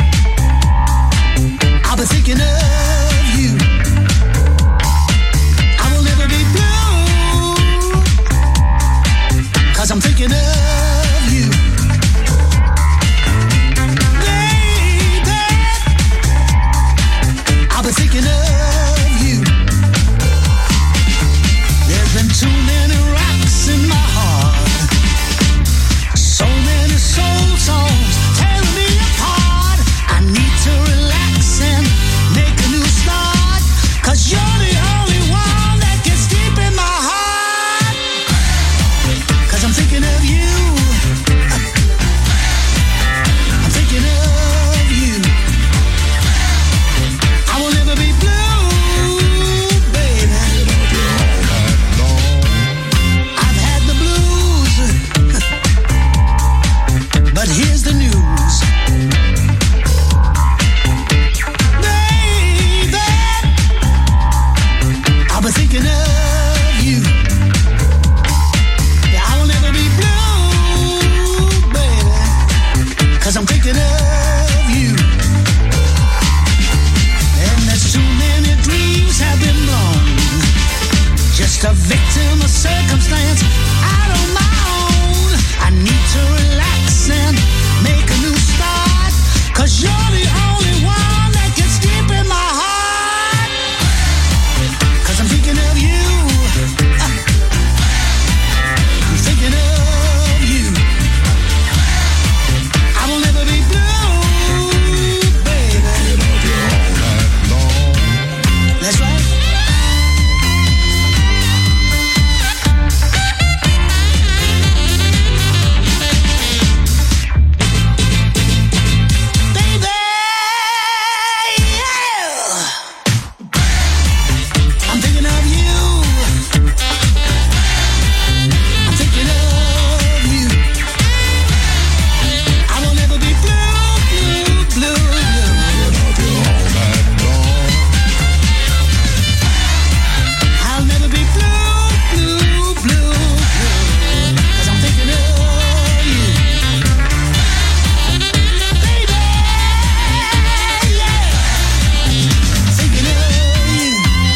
I'll be thinking of you. I will never be blue, 'cause I'm thinking of you. Baby, I'll be thinking of you. There's been too many rocks in my heart, so many soul songs tearing me apart. I need to relax and make a new start, 'cause you're the only one that gets deep in my heart. 'Cause I'm thinking of you. I'm thinking of you. I will never be blue, baby. I've had the blues, but here's the news. Baby, I'll be thinking of you. Yeah, I will never be blue, baby, 'cause I'm thinking of you. And there's too many dreams have been blown, just a victim of circumstance out on my own. I need to relax and make a new start, 'cause you're the only one that gets deep in my heart. 'Cause I'm thinking of you. Uh, I'm thinking of you. I will never be blue, baby. That's right. Baby, yeah. I'm thinking of you. I'm thinking of you. I will never be blue, blue, blue, blue. I'll never be blue, blue, blue, blue. 'Cause I'm thinking of you. Baby, yeah. Thinking of you.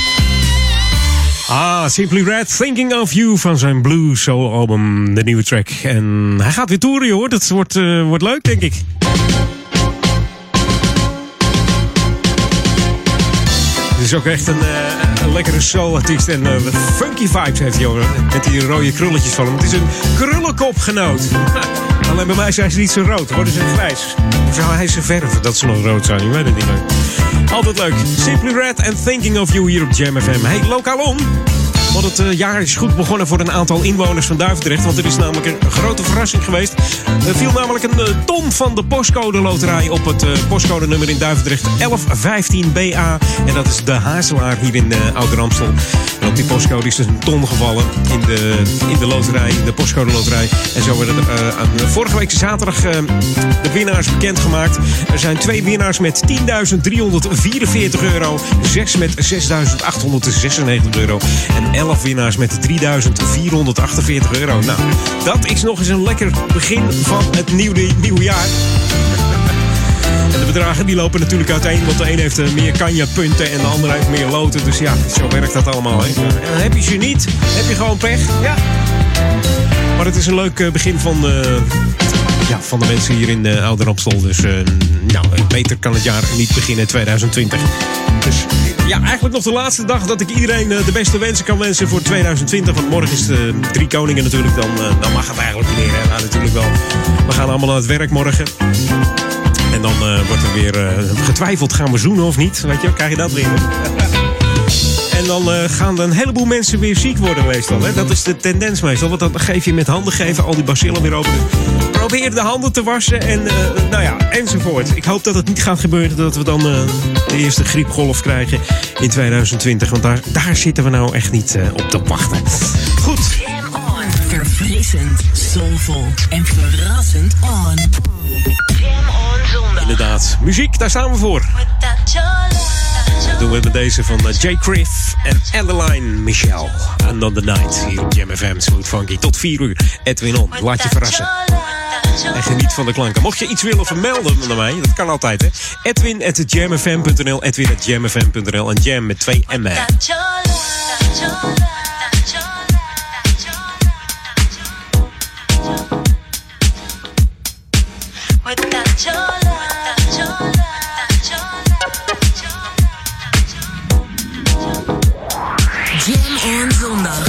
Ah, Simply Red, Thinking of You van zijn Blue Soul album, de nieuwe track. En hij gaat weer toeren, hoor. Dat wordt, uh, wordt leuk, denk ik. Het is ook echt een, uh, een lekkere soul-artiest en uh, wat funky vibes heeft hij, hoor. Met die rode krulletjes van hem. Het is een krullenkopgenoot. Alleen bij mij zijn ze niet zo rood, worden ze grijs. Of zou hij ze verven dat ze nog rood zijn? Ik weet het niet leuk. Altijd leuk. Simply Red and Thinking of You hier op Jam F M. Hey, lokaal om. Want het uh, jaar is goed begonnen voor een aantal inwoners van Duivendrecht. Want er is namelijk een grote verrassing geweest. Er viel namelijk een uh, ton van de postcode loterij op het uh, postcode nummer in Duivendrecht elf vijftien B A. En dat is de Hazelaar hier in uh, Ouder Amstel. En op die postcode is dus een ton gevallen in de, in de loterij, de postcode loterij. En zo werden er uh, aan vorige week zaterdag uh, de winnaars bekendgemaakt. Er zijn twee winnaars met tienduizend driehonderdvierenveertig euro. Zes met zesduizend achthonderdzesennegentig euro. En elf winnaars met drieduizend vierhonderdachtenveertig euro. Nou, dat is nog eens een lekker begin van het nieuwe, nieuwe jaar. En de bedragen die lopen natuurlijk uiteen. Want de een heeft meer Kanja-punten en de ander heeft meer loten. Dus ja, zo werkt dat allemaal. Hè. En dan heb je ze niet, heb je gewoon pech. Ja. Maar het is een leuk begin van, uh, ja, van de mensen hier in uh, Ouder Amstel. Dus uh, nou, beter kan het jaar niet beginnen tweeduizend twintig. Dus ja, eigenlijk nog de laatste dag dat ik iedereen uh, de beste wensen kan wensen voor tweeduizend twintig. Want morgen is de Drie Koningen natuurlijk. Dan, uh, dan mag het eigenlijk niet meer. Hè. Nou, natuurlijk wel. We gaan allemaal naar het werk morgen. En dan uh, wordt er weer uh, getwijfeld, gaan we zoenen of niet? Weet je, krijg je dat weer. En dan uh, gaan er een heleboel mensen weer ziek worden meestal. Hè? Dat is de tendens meestal. Want dan geef je met handen geven al die bacillen weer open. Probeer de handen te wassen en uh, nou ja, enzovoort. Ik hoop dat het niet gaat gebeuren dat we dan uh, de eerste griepgolf krijgen in tweeduizend twintig. Want daar, daar zitten we nou echt niet uh, op te wachten. Goed. Jam on. Verfrissend, soulvol en verrassend on. Jam on zondag. Inderdaad. Muziek, daar staan we voor. Dat doen we met deze van uh, Jay Criff en Adeline Michelle. And on the night hier op Jam F M. Smooth Funky. Tot vier uur. Edwin On. Laat je verrassen. En geniet van de klanken. Mocht je iets willen vermelden naar mij, dat kan altijd, hè. Edwin at jam f m punt n l. Edwin at jam f m punt n l. En Jam met twee M. Jam on zondag.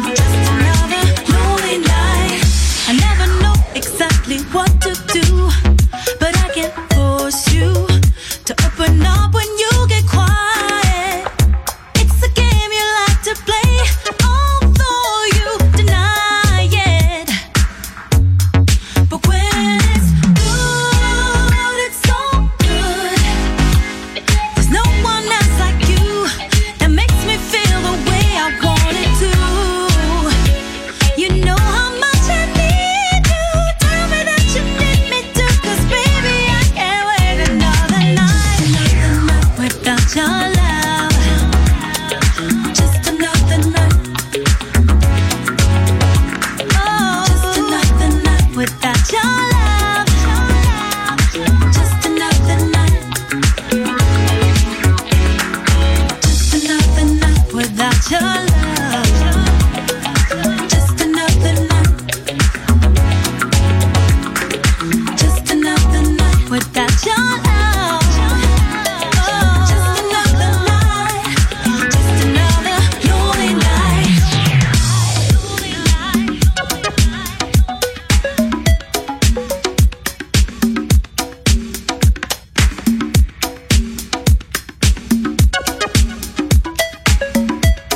What to do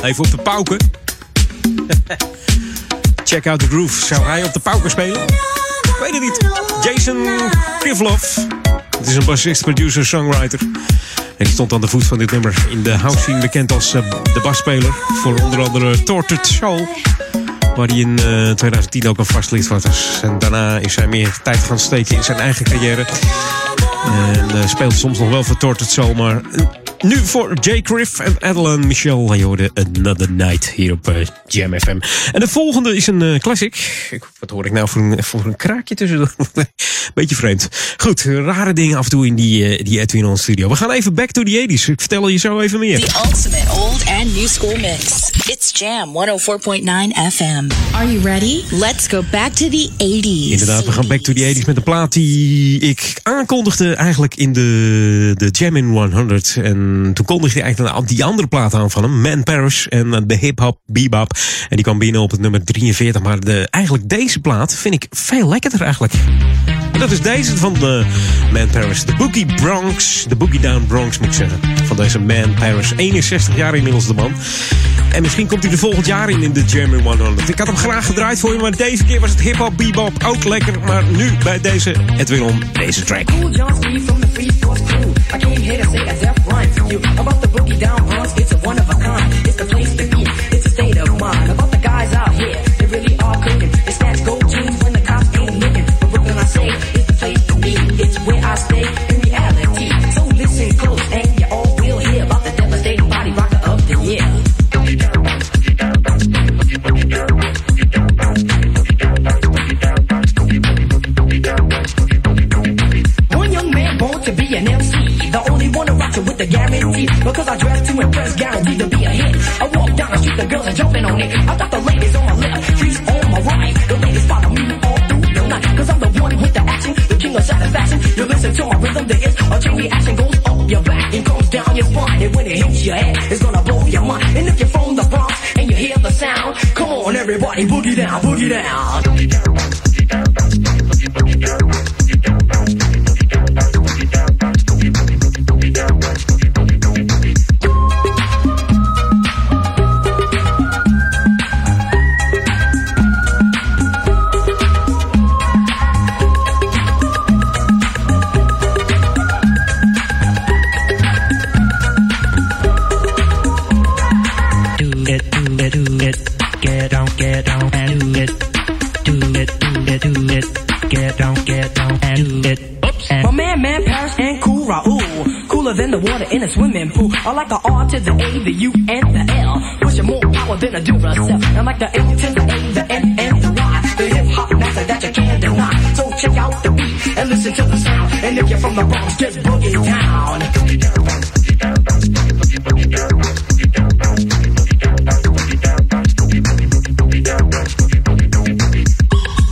Even op de pauken. Check out the groove. Zou hij op de pauken spelen? Ik weet het niet. Jason Krivlov. Het is een bassist, producer, songwriter. En die stond aan de voet van dit nummer in de house scene bekend als uh, de basspeler. Voor onder andere Tortured Soul. Waar hij in uh, twintig tien ook een vast lid was. En daarna is hij meer tijd gaan steken in zijn eigen carrière. En uh, speelt soms nog wel voor Tortured Soul, maar... Uh, nu voor Jay Criff en Adeline Michel. Je hoorde Another Night hier op uh, Jam F M. En de volgende is een uh, classic. Ik, wat hoor ik nou voor een, voor een kraakje tussendoor? Beetje vreemd. Goed, rare dingen af en toe in die, uh, die Edwin On Studio. We gaan even back to the eighties. Ik vertel je zo even meer. The ultimate old and new school mix. It's Jam honderdvier komma negen F M. Are you ready? Let's go back to the eighties. Inderdaad, we gaan back to the eighties met een plaat die ik aankondigde eigenlijk in de, de Jam in honderd. En toen kondigde hij eigenlijk die andere plaat aan van hem, Man Paris en de hip-hop bebop. En die kwam binnen op het nummer drieënveertig. Maar de, eigenlijk deze plaat vind ik veel lekkerder eigenlijk. En dat is deze van de Man Paris. De Boogie Bronx, de Boogie Down Bronx moet ik zeggen. Van deze Man Paris. eenenzestig jaar inmiddels de man. En misschien komt hij er volgend jaar in in de Jam in honderd. Ik had hem graag gedraaid voor je, maar deze keer was het hip-hop bebop ook lekker. Maar nu bij deze Edwin On, deze track. I came here to say a death rhyme for you about the boogie down Bronx. It's a one of a kind. It's the place to be. It's a state of mind. About the guys out here, they really are cooking. They snatch gold chains when the cops ain't looking. But Brooklyn, I say, it's the place to be. It's where I stay in reality. So listen close, and you all will hear about the devastating body rocker of the year. One young man born to be an M C. The only one to rock it with the guarantee. Because I dress to impress, guaranteed to be a hit. I walk down the street, the girls are jumping on it. I got the ladies on my left, freeze on my right. The ladies follow me all through the night. Cause I'm the one with the action, the king of satisfaction. You listen to my rhythm, the hits, a chain reaction goes up your back and goes down your spine. And when it hits your head, it's gonna blow your mind. And if you're from the Bronx and you hear the sound, come on everybody, boogie down, boogie down. Boogie down, boogie down, boogie down, boogie down. Than the water in a swimming pool. I like the R to the A, the U, and the L. Pushing more power than a Duracell. I'm like the A to the A, the N, and the Y. The hip hop master that you can't deny. So check out the beat and listen to the sound. And if you're from the Bronx, just boogie down. Boogie down, boogie down, boogie down, boogie down, boogie down, boogie down, boogie down, boogie down, boogie down, boogie down, boogie down, boogie down.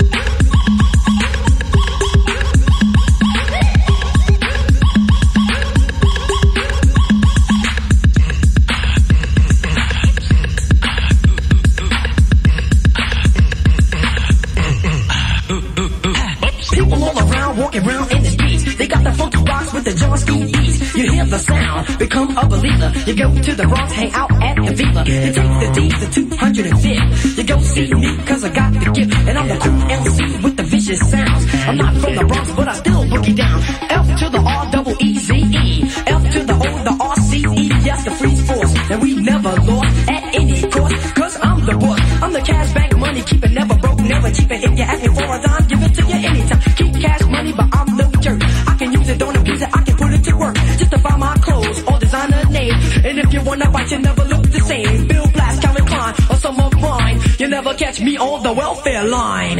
Walking around in the streets, they got the funky box with the John Steve beats. You hear the sound, become a believer. You go to the Bronx, hang out at the Viva. You take the D to two hundred fifth. You go see me, cause I got the gift. And I'm the cool M C with the vicious sounds. I'm not from the Bronx, but I still boogie down. F to the R, double E Z E. F to the O, the R C E. Yes, the freeze force. And we never lost at any cost. Cause I'm the boss. I'm the cash bank money, keep it never broke, never cheap. And if you ask me for a dime, give it to you anytime. Keep cash money, but I'm no jerk. I can use it, don't abuse it, I can put it to work. Just to buy my clothes, or designer name. And if you wanna bite, you never look the same. Bill Blass, Calvin Klein, or some of mine. You never catch me on the welfare line.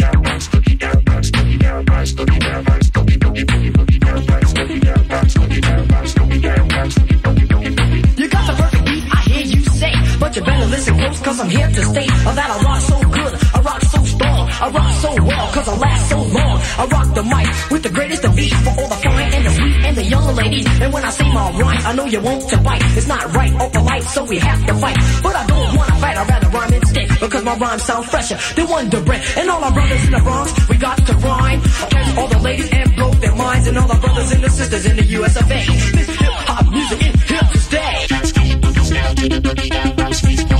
You got the perfect beat, I hear you say. But you better listen close, cause I'm here to stay. Oh, that I rock so good, I rock so strong. I rock so well, cause I last so long. I rock the mic with the greatest of beats. For all the fine and the sweet and the young ladies. And when I say my rhyme, I know you want to bite. It's not right or polite, so we have to fight. But I don't wanna fight, I'd rather rhyme instead. Because my rhymes sound fresher than Wonder Bread. And all our brothers in the Bronx, we got to rhyme. Catch all the ladies and blow their minds. And all the brothers and the sisters in the U S of A. This hip-hop music is here to stay.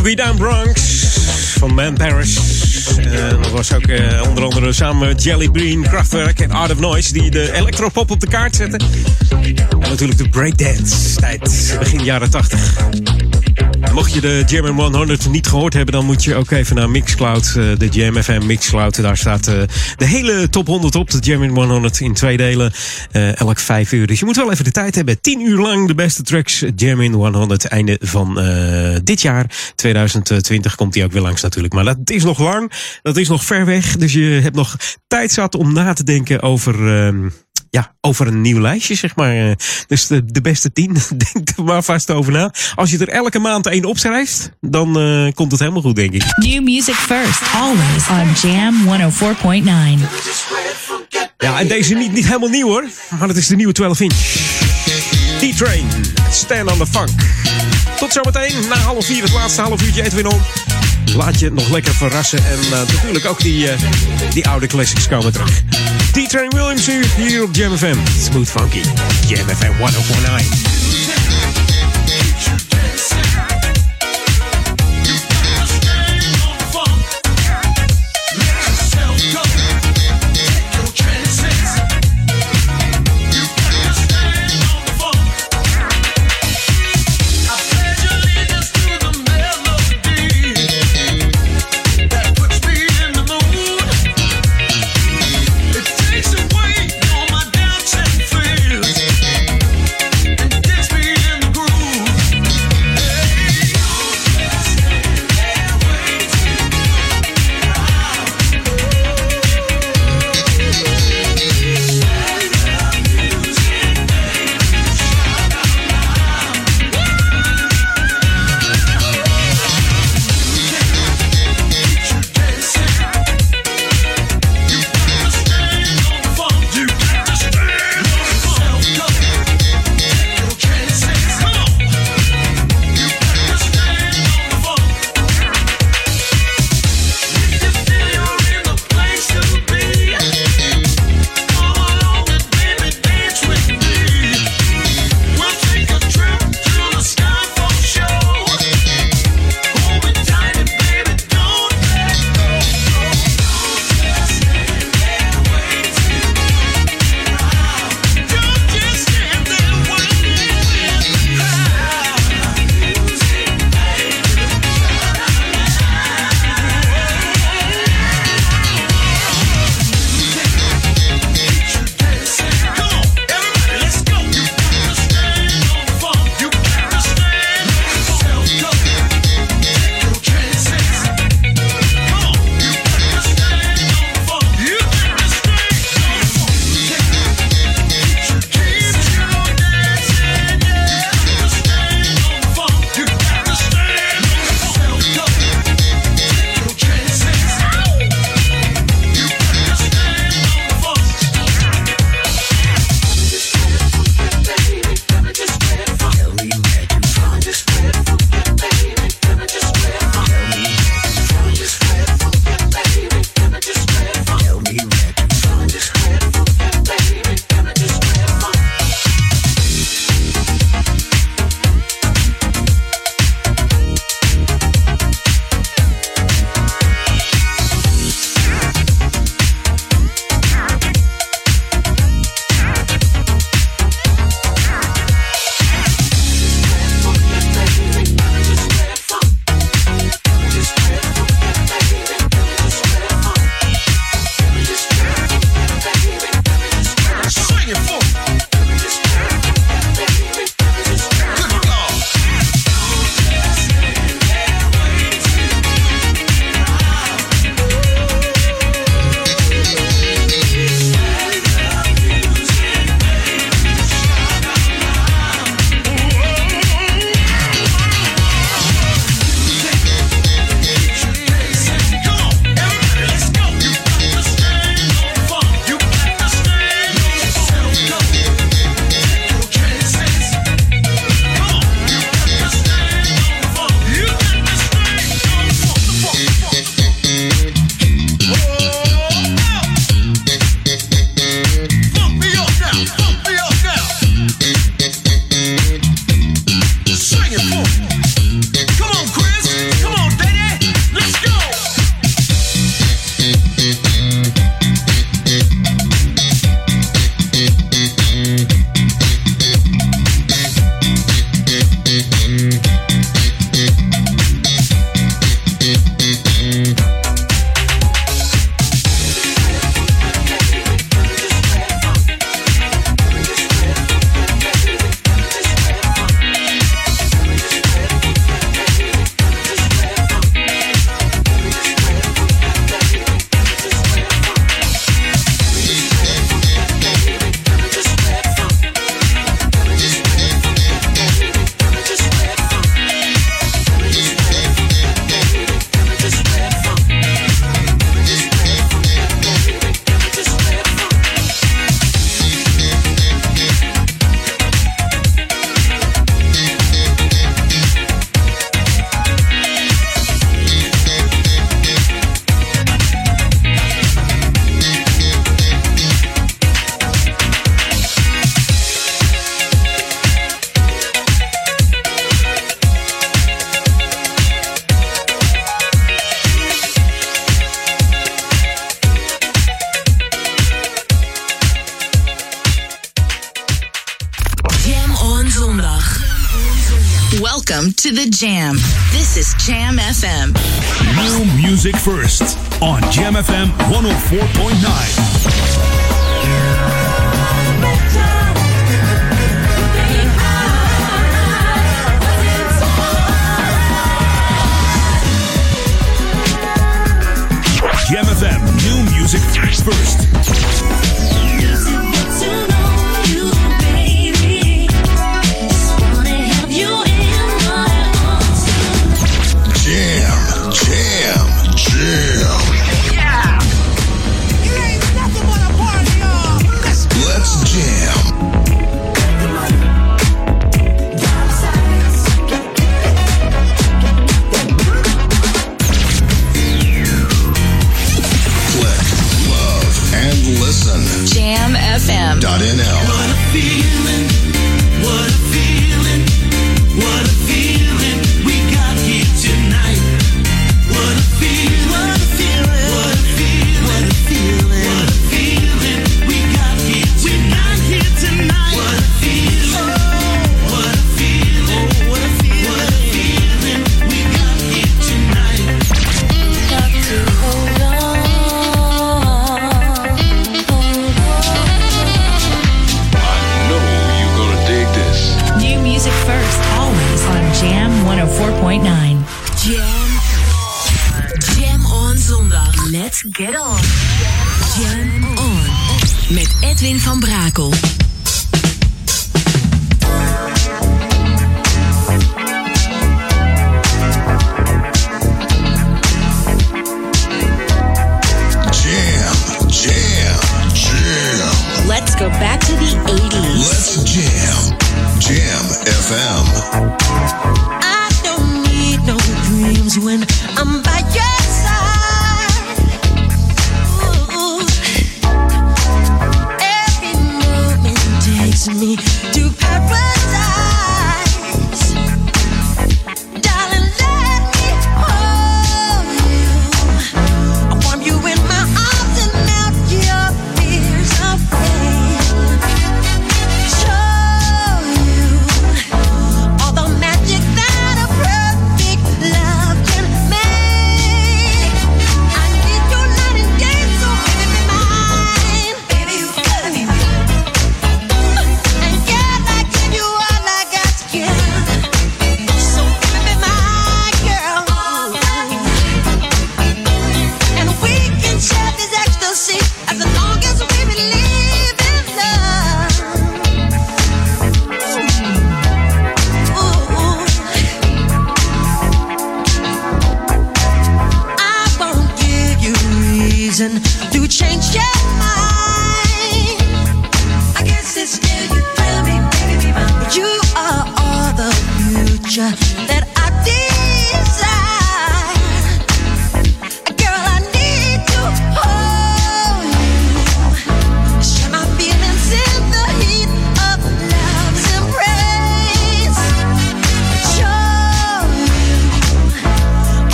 Boogie Down Bronx van Man Paris. En dat was ook uh, onder andere samen met Jelly Bean, Kraftwerk en Art of Noise die de electropop op de kaart zetten. En natuurlijk de breakdance tijd begin jaren tachtig. Mocht je de Jam honderd niet gehoord hebben, dan moet je ook even naar Mixcloud, uh, de Jam F M Mixcloud. Daar staat uh, de hele top honderd op, de Jam honderd in twee delen, uh, elk vijf uur. Dus je moet wel even de tijd hebben. Tien uur lang de beste tracks, Jam honderd, einde van uh, dit jaar. twintig twintig komt die ook weer langs natuurlijk. Maar dat is nog lang, dat is nog ver weg. Dus je hebt nog tijd zat om na te denken over... Uh, Ja, over een nieuw lijstje, zeg maar. Dus de, de beste tien, denk er maar vast over na. Als je er elke maand één opschrijft, dan uh, komt het helemaal goed, denk ik. New music first, always on Jam honderdvier komma negen. Ja, en deze niet, niet helemaal nieuw hoor, maar het is de nieuwe twaalf inch. D-Train, Stand on the Funk. Tot zometeen, na half vier, het laatste half uurtje Edwin On. Laat je nog lekker verrassen. En uh, natuurlijk ook die, uh, die oude classics komen terug. D-Train Williams hier op Jam F M. Smooth Funky. Jam F M honderd vier komma negen. Takes me Welcome to the Jam. This is Jam F M. New music first on Jam F M one oh four point nine. Jam F M, new music first. Jam, jam, jam. Yeah. You ain't nothing but a party, y'all. Let's, Let's jam. Click, love, and listen. Jam F M. Dot N L. What a feeling, what a feeling, what a feeling we got here tonight. What a feeling, what a feeling, what a feeling, what a feeling, what a feeling we got here tonight. We got here tonight. What a feeling, what a feeling, what a feeling, what a feeling we got here tonight. Got to hold on, New music first, always on Jam one oh four point nine. Jam. Jam on zondag. Let's get on. Jam on. Met Edwin van Brakel. Jam, jam, jam. Let's go back to the eighties. Let's jam. Jam F M. I don't need no dreams when I'm by your side. Ooh. Every moment takes me to paradise. Darling, let me hold you. I warm you in my arms and melt your fears away. Show you all the magic that a perfect love can make.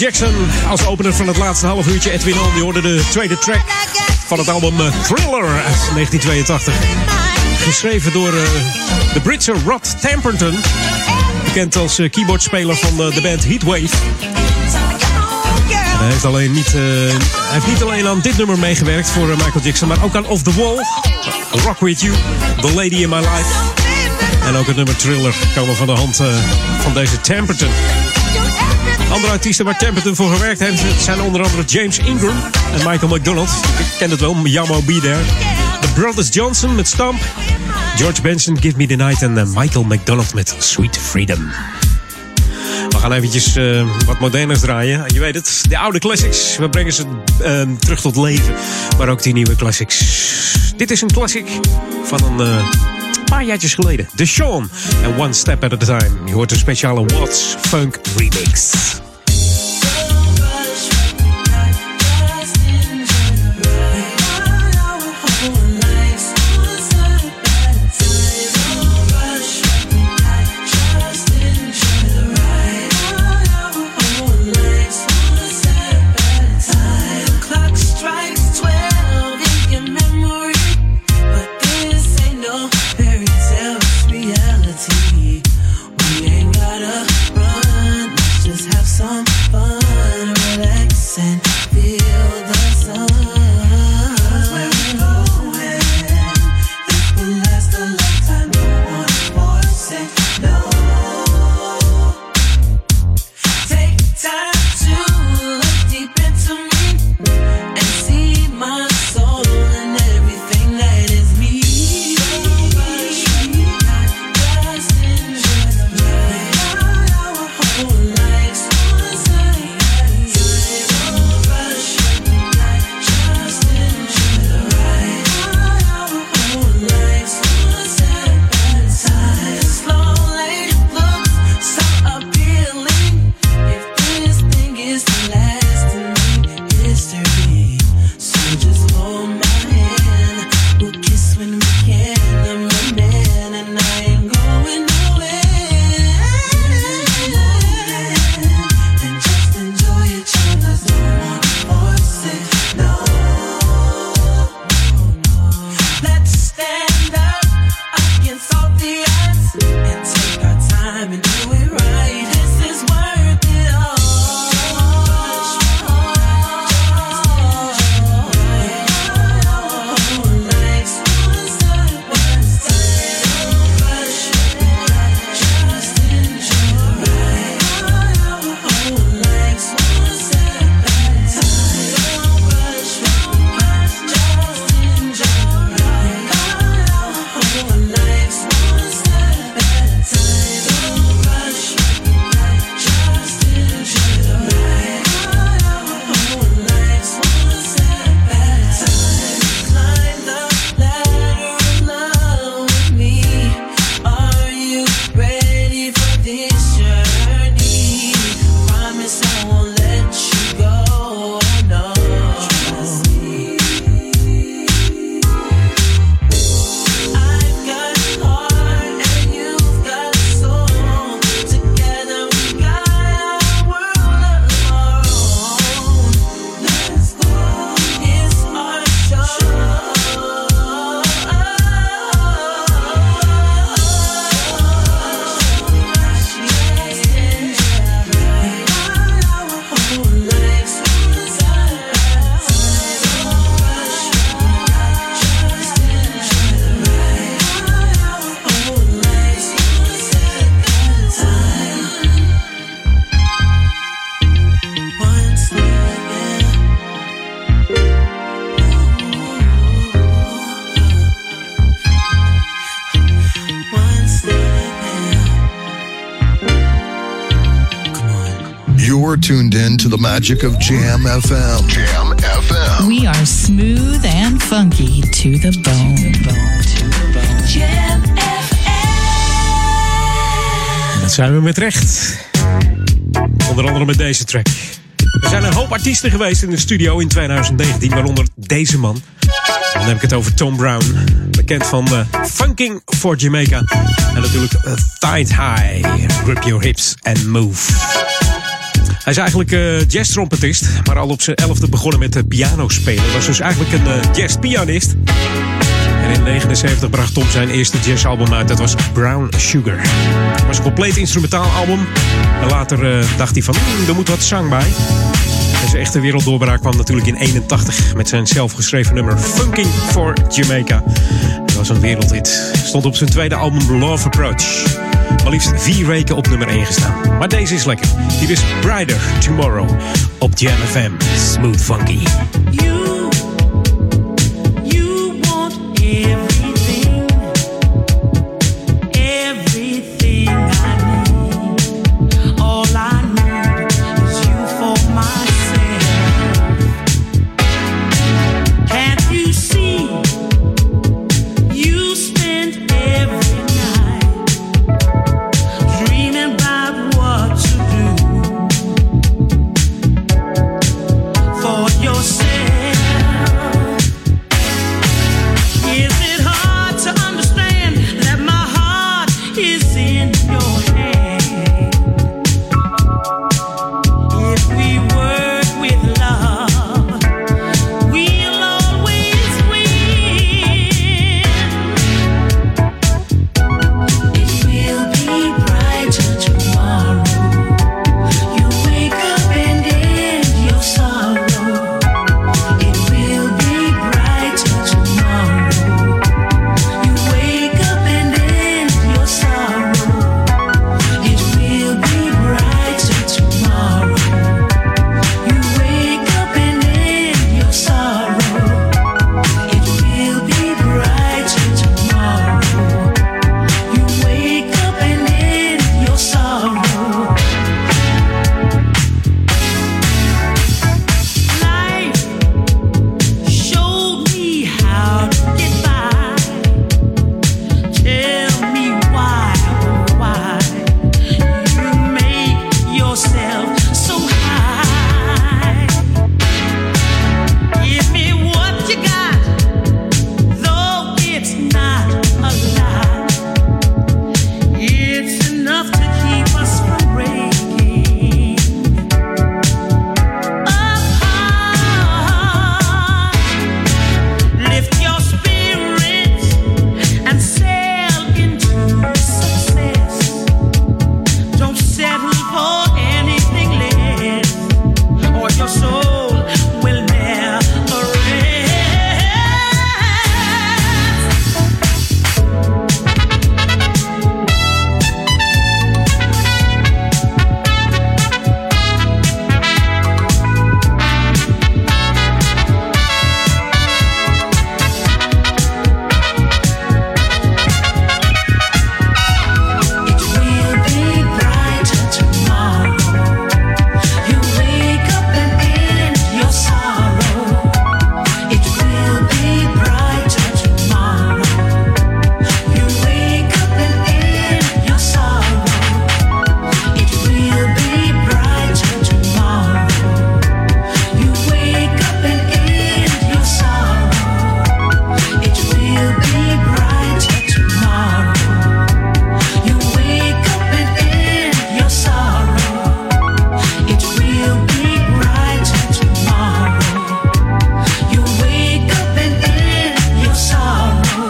Jackson als opener van het laatste half uurtje. Edwin On, die hoorde de tweede track van het album uh, Thriller uit negentien tweeëntachtig. Geschreven door uh, de Britse Rod Temperton. Bekend als uh, keyboardspeler van uh, de band Heatwave. Hij heeft, alleen niet, uh, hij heeft niet alleen aan dit nummer meegewerkt voor uh, Michael Jackson, maar ook aan Off the Wall, Rock With You, The Lady In My Life. En ook het nummer Thriller komen van de hand uh, van deze Temperton. Andere artiesten waar Temperton voor gewerkt heeft zijn onder andere James Ingram en Michael McDonald. Ik ken het wel, Yamo Be There. The Brothers Johnson met Stamp. George Benson, Give Me The Night en uh, Michael McDonald met Sweet Freedom. We gaan eventjes uh, wat moderners draaien. Je weet het, de oude classics. We brengen ze uh, terug tot leven. Maar ook die nieuwe classics. Dit is een classic van een uh, paar jaartjes geleden. The Shawn en One Step At A Time. Je hoort een speciale Watts Funk remix. You're tuned in to the magic of Jam F M. Jam F M. We are smooth and funky to the bone. Jam F M. Dat zijn we met recht. Onder andere met deze track. Er zijn een hoop artiesten geweest in de studio in twintig negentien, waaronder deze man. Dan heb ik het over Tom Brown. Bekend van uh, Funking for Jamaica. En natuurlijk uh, Tide High. Grip Your Hips and Move. Hij is eigenlijk uh, jazz-trompetist, maar al op zijn elfde begonnen met uh, piano spelen. Hij was dus eigenlijk een uh, jazz-pianist. En in negenenzeventig bracht Tom zijn eerste jazzalbum uit. Dat was Brown Sugar. Het was een compleet instrumentaal album. En later uh, dacht hij van, hmm, er moet wat zang bij. En zijn echte werelddoorbraak kwam natuurlijk in eenentachtig met zijn zelfgeschreven nummer Funking for Jamaica. Dat was een wereldhit. Stond op zijn tweede album Love Approach. Maar liefst vier weken op nummer één gestaan. Maar deze is lekker. Hier is Brighter Tomorrow op Jam F M. Smooth Funky. You, you want everything, everything I need. All I need is you for myself. Can't you see? You spend every night dreaming about what to do for yourself. Is it hard to understand that my heart is in your hand? If we work with love, we'll always win. It will be brighter tomorrow. You wake up and end your sorrow. It will be brighter tomorrow. You wake up and end your sorrow. It will be brighter tomorrow. You wake up and end your sorrow. It will be brighter tomorrow. You wake up and end your sorrow. Life showed me how to get by. Tell me why, oh why you make yourself so high. Give me what you got, though it's not a lot. It's enough to keep us from breaking apart. Lift your spirits and sail into success. Don't settle for anything less, or your soul will never rest. It will be brighter tomorrow. You wake up and end your sorrow. It will be brighter tomorrow. You wake up and end your sorrow. It will be brighter tomorrow. You wake up and end your sorrow. It will be brighter tomorrow. You wake up and end your sorrow. It will be brighter tomorrow. You wake up and end your sorrow.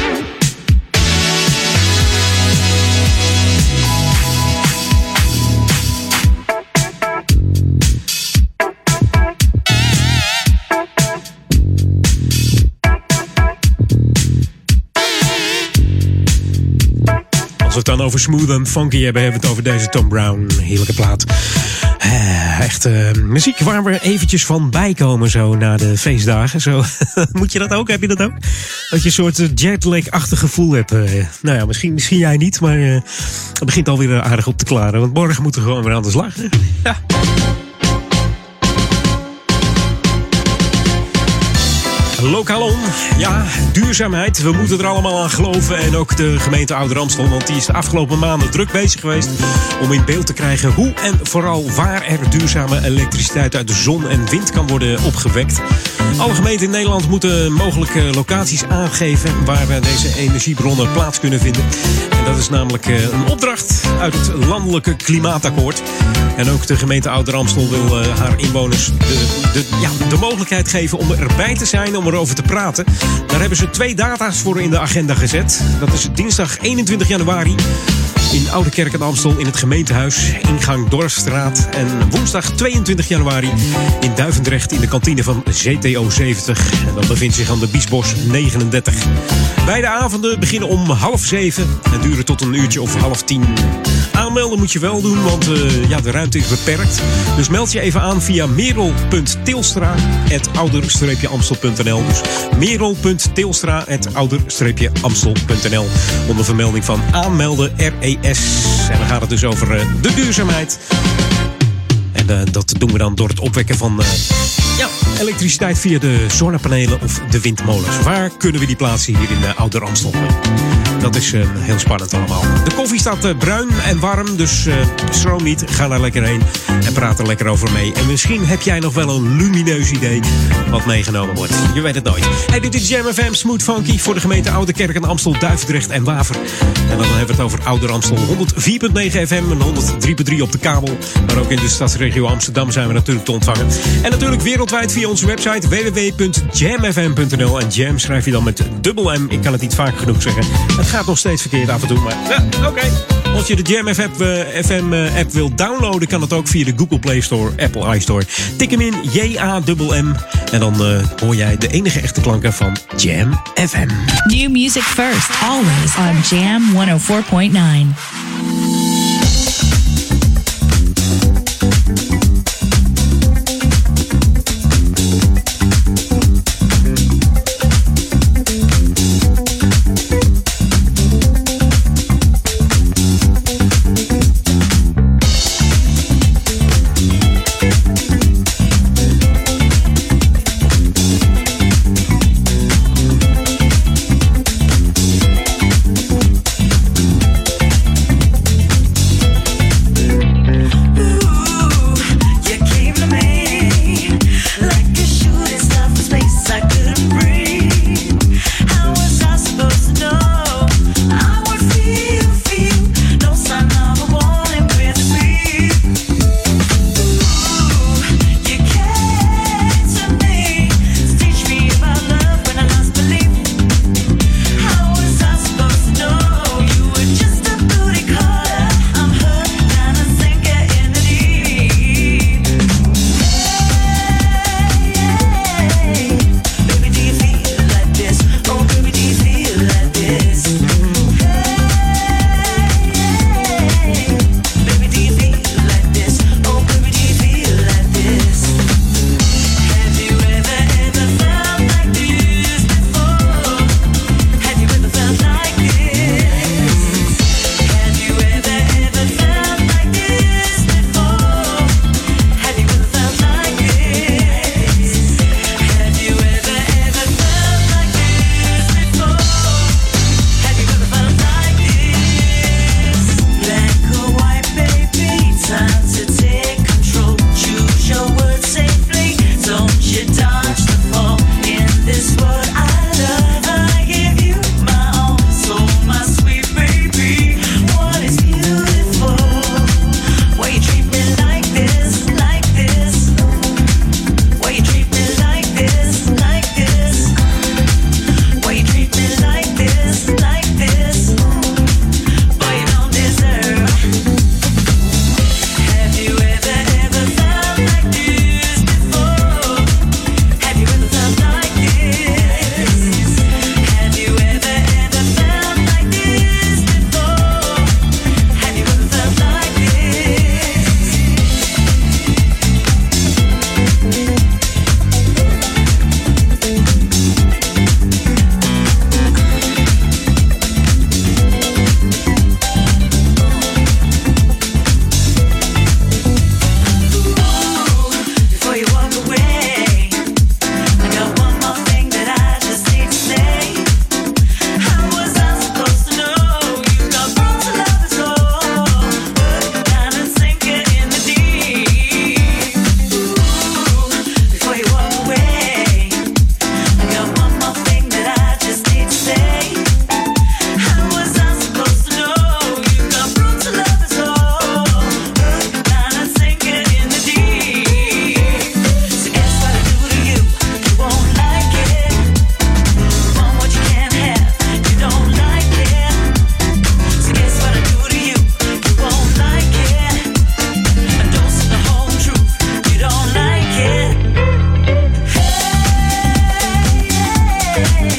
Als we het dan over smooth en funky hebben, hebben we het over deze Tom Brown. Heerlijke plaat. Eh, Echt eh, muziek waar we eventjes van bijkomen zo na de feestdagen. Zo. Moet je dat ook? Heb je dat ook? Dat je een soort eh, jetlag-achtig gevoel hebt. eh. nou ja, misschien, misschien jij niet, maar eh, het begint alweer aardig op te klaren. Want morgen moeten we gewoon weer aan de slag. hè? Ja. Lokalon, ja, duurzaamheid. We moeten er allemaal aan geloven. En ook de gemeente Ouder-Amstel, want die is de afgelopen maanden druk bezig geweest om in beeld te krijgen hoe en vooral waar er duurzame elektriciteit uit de zon en wind kan worden opgewekt. Alle gemeenten in Nederland moeten mogelijke locaties aangeven waar deze energiebronnen plaats kunnen vinden. En dat is namelijk een opdracht uit het Landelijke Klimaatakkoord. En ook de gemeente Ouder-Amstel wil uh, haar inwoners de, de, ja, de mogelijkheid geven om erbij te zijn, om erover te praten. Daar hebben ze twee data's voor in de agenda gezet. Dat is dinsdag eenentwintig januari in Oude Kerk aan de Amstel in het gemeentehuis, ingang Dorpsstraat. En woensdag tweeëntwintig januari in Duivendrecht in de kantine van Z T O zeventig. En dat bevindt zich aan de Biesbos negenendertig. Beide avonden beginnen om half zeven en duren tot een uurtje of half tien. Aanmelden moet je wel doen, want uh, ja, de ruimte is beperkt. Dus meld je even aan via merel punt tilstra apenstaartje ouder amstel punt n l. Dus merel punt tilstra apenstaartje ouder amstel punt n l. Onder vermelding van aanmelden R E S. En dan gaat het dus over uh, de duurzaamheid. En uh, dat doen we dan door het opwekken van uh, ja, elektriciteit via de zonnepanelen of de windmolens. Waar kunnen we die plaatsen hier in uh, Ouder Amstel? Dat is uh, heel spannend allemaal. De koffie staat uh, bruin en warm, dus uh, schroom niet. Ga daar lekker heen en praat er lekker over mee. En misschien heb jij nog wel een lumineus idee wat meegenomen wordt. Je weet het nooit. Hey, dit is Jam F M Smooth Funky voor de gemeente Oude Kerk aan Amstel, Duivendrecht en Waver. En dan hebben we het over Ouder Amstel. honderd vier komma negen F M en honderd drie komma drie op de kabel. Maar ook in de stadsregio Amsterdam zijn we natuurlijk te ontvangen. En natuurlijk wereldwijd via onze website w w w punt jam f m punt n l. En jam schrijf je dan met dubbel M. Ik kan het niet vaak genoeg zeggen. Het gaat nog steeds verkeerd af en toe, maar ja, oké. Okay. Als je de Jam F M uh, app wil downloaden, kan dat ook via de Google Play Store, Apple iStore. Tik hem in, J A M M. En dan uh, hoor jij de enige echte klanken van Jam F M. New music first, always on Jam honderdvier komma negen.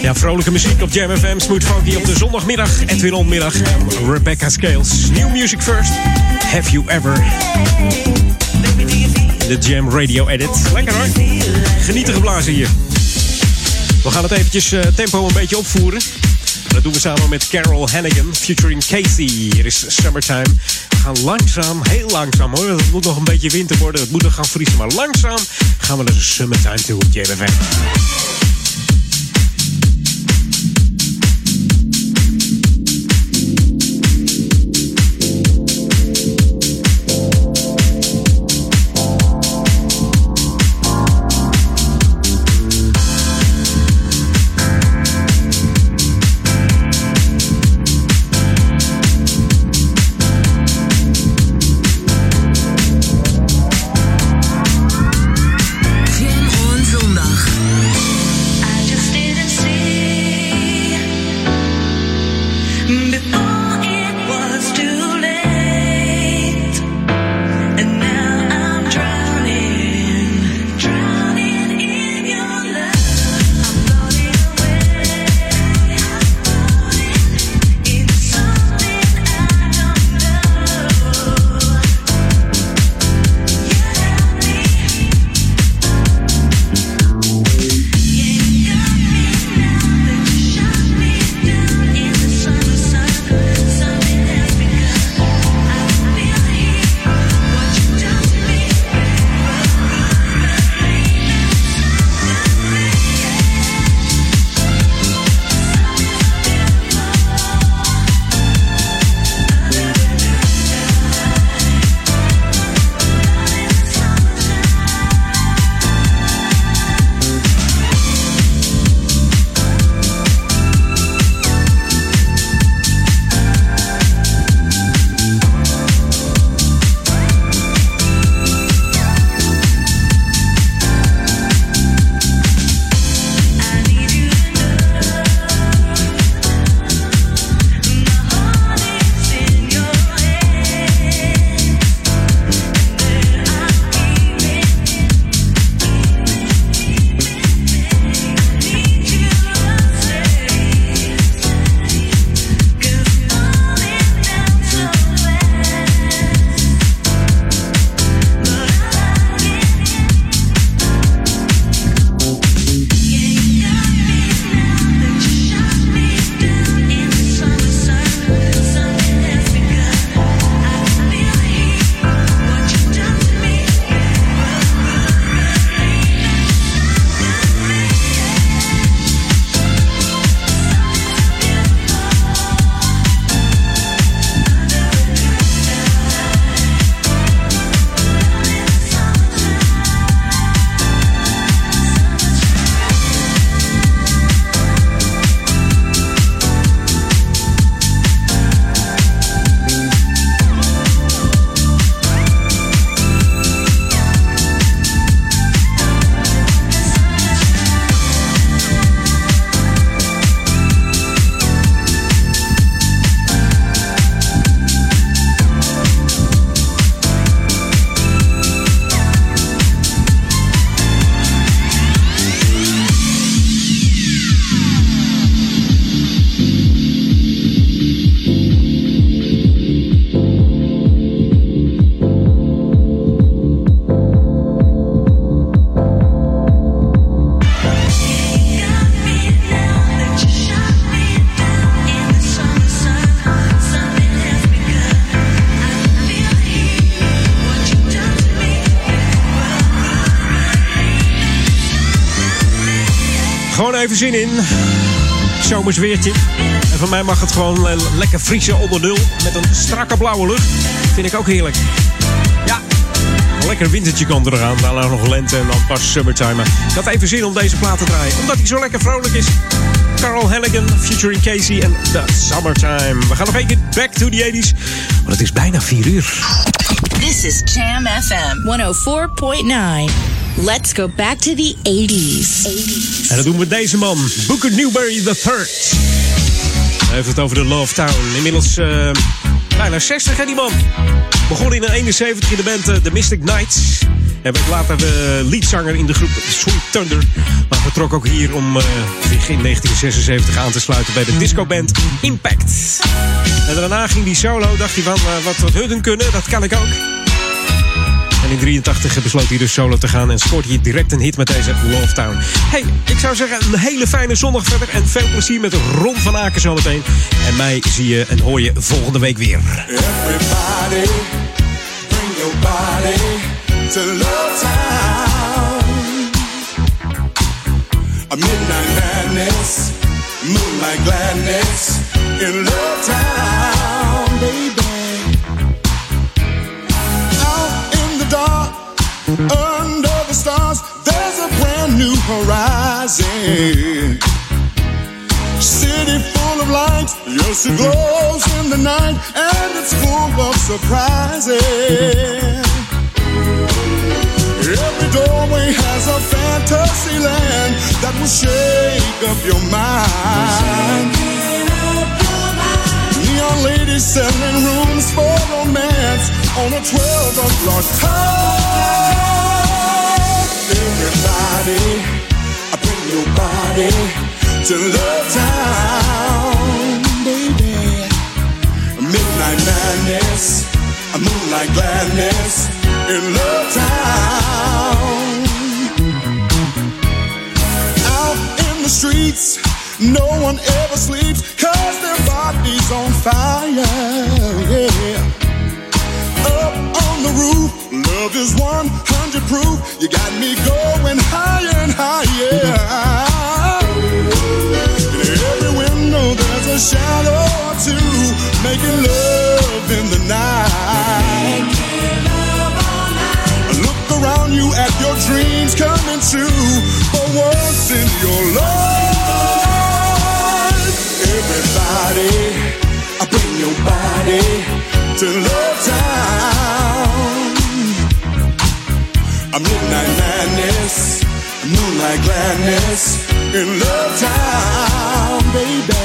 Ja, vrolijke muziek op Jam F M. Smooth Funky op de zondagmiddag. Edwin Onmiddag. En Rebecca Scales. New music first. Have you ever? De Jam Radio Edit. Lekker hoor. Genieten geblazen hier. We gaan het eventjes uh, tempo een beetje opvoeren. Dat doen we samen met Carol Hannigan, featuring Casey. Hier is Summertime. We gaan langzaam, heel langzaam hoor. Het moet nog een beetje winter worden, het moet nog gaan vriezen. Maar langzaam gaan we naar de Summertime toe op Jam F M. Gewoon even zin in. Zomers weertje. En van mij mag het gewoon uh, lekker vriezen onder nul. Met een strakke blauwe lucht. Vind ik ook heerlijk. Ja, een lekker wintertje komt er aan. Daarna nog lente en dan pas summertime. Maar ik had even zin om deze plaat te draaien. Omdat hij zo lekker vrolijk is. Carol Hannigan featuring Casey en The Summertime. We gaan nog een keer back to the eighties. Want het is bijna vier uur. This is Jam F M honderdvier komma negen. Let's go back to the eighties. En dat doen we met deze man, Booker Newberry the third. Hij heeft het over de Love Town. Inmiddels uh, bijna zestig, hè, die man. Begon in eenenzeventig in de band uh, The Mystic Knights. Hij werd later de leadzanger in de groep Sweet Thunder. Maar goed, vertrok ook hier om uh, zich in negentien zesenzeventig aan te sluiten bij de discoband Impact. En daarna ging hij solo, dacht hij van uh, wat, wat hun kunnen, dat kan ik ook. En in drieëntachtig besloot hij dus solo te gaan en scoort hij direct een hit met deze Love Town. Hey, ik zou zeggen een hele fijne zondag verder en veel plezier met Ron van Aken zometeen. En mij zie je en hoor je volgende week weer. Everybody, bring your body to Love Town. A midnight madness, moonlight gladness in Love Town, baby. Under the stars, there's a brand new horizon. City full of lights, yes, it glows in the night, and it's full of surprises. Every doorway has a fantasy land that will shake up your mind. Neon ladies selling rooms for romance on a twelve o'clock time. Everybody, I bring your body to Love Town, baby. Midnight madness, a moonlight gladness in Love Town. Out in the streets, no one ever sleeps, 'cause their body's on fire, yeah. Up on the roof, love is one hundred proof. You got me going higher and higher. In every window there's a shadow or two, making love in the night. Look around you at your dreams coming true, for once in your life. Everybody, I bring your body to Love Town. A midnight madness, moonlight gladness in Love Town, baby.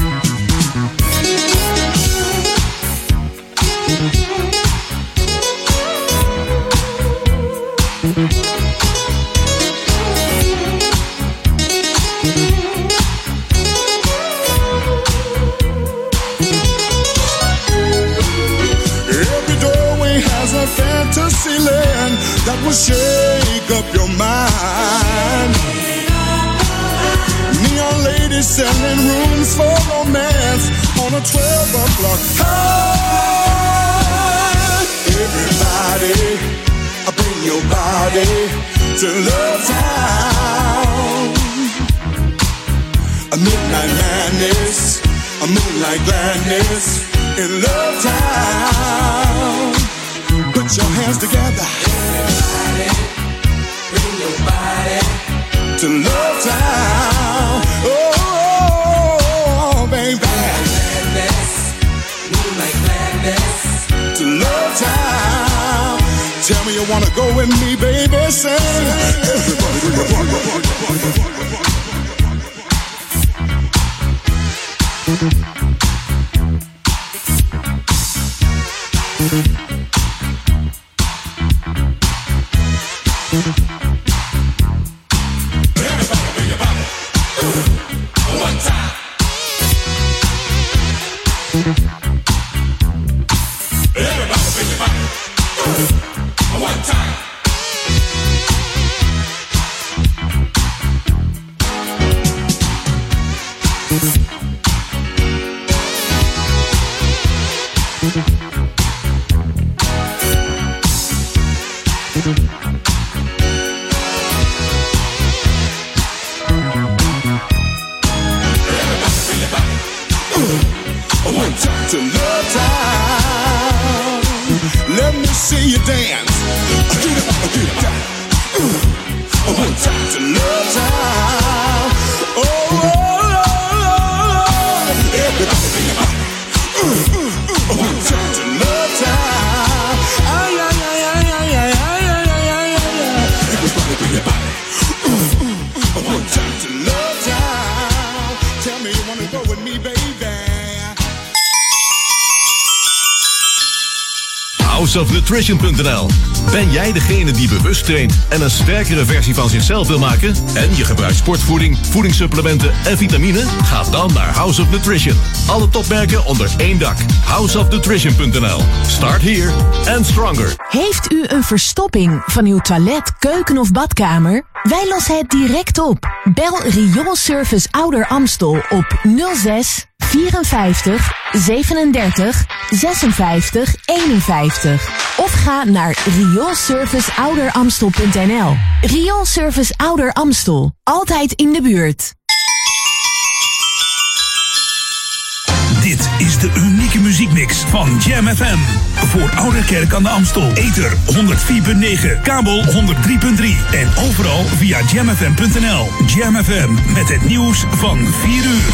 A fantasy land that will shake up your mind. Neon ladies selling rooms for romance on a twelve o'clock high. Everybody, I bring your body to Love Town. A midnight madness, a moonlight gladness in Love Town. Put your hands together. Everybody, bring your body to Love Town. Oh, baby. Gladness, moonlight gladness to Love Town. Tell me you wanna go with me, baby. Say, everybody, bring your body, body, body, body. house of nutrition punt n l. Ben jij degene die bewust traint en een sterkere versie van zichzelf wil maken? En je gebruikt sportvoeding, voedingssupplementen en vitamine? Ga dan naar House of Nutrition. Alle topmerken onder één dak. house of nutrition punt n l. Start here and stronger. Heeft u een verstopping van uw toilet, keuken of badkamer? Wij lossen het direct op. Bel Rioolservice Ouder Amstel op nul zes vierenvijftig zevenendertig zesenvijftig eenenvijftig. Of ga naar rioolservice ouder amstel punt n l. Rioolservice Ouder Amstel. Altijd in de buurt. Dit is de unieke muziekmix van Jam F M. Voor Ouderkerk aan de Amstel. Ether honderd vier komma negen, kabel honderd drie komma drie. En overal via jam f m punt n l. Jam F M met het nieuws van vier uur.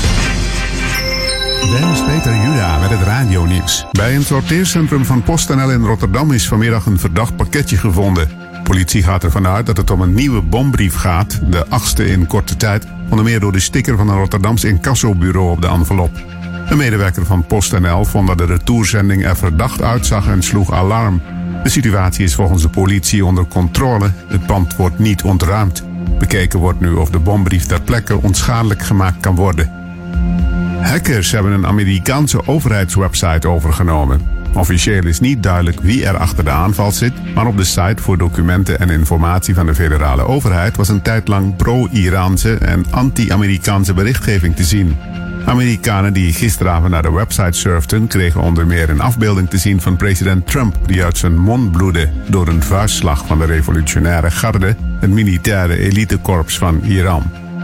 Dennis Peter Juda met het radionieuws. Bij een sorteercentrum van PostNL in Rotterdam is vanmiddag een verdacht pakketje gevonden. Politie gaat ervan uit dat het om een nieuwe bombrief gaat, de achtste in korte tijd, onder meer door de sticker van een Rotterdams incassobureau op de envelop. Een medewerker van PostNL vond dat de retourzending er verdacht uitzag en sloeg alarm. De situatie is volgens de politie onder controle. Het pand wordt niet ontruimd. Bekeken wordt nu of de bombrief ter plekke onschadelijk gemaakt kan worden. Hackers hebben een Amerikaanse overheidswebsite overgenomen. Officieel is niet duidelijk wie er achter de aanval zit, maar op de site voor documenten en informatie van de federale overheid was een tijd lang pro-Iraanse en anti-Amerikaanse berichtgeving te zien. Amerikanen die gisteravond naar de website surften kregen onder meer een afbeelding te zien van president Trump die uit zijn mond bloedde door een vuistslag van de revolutionaire garde, het militaire elitekorps van Iran.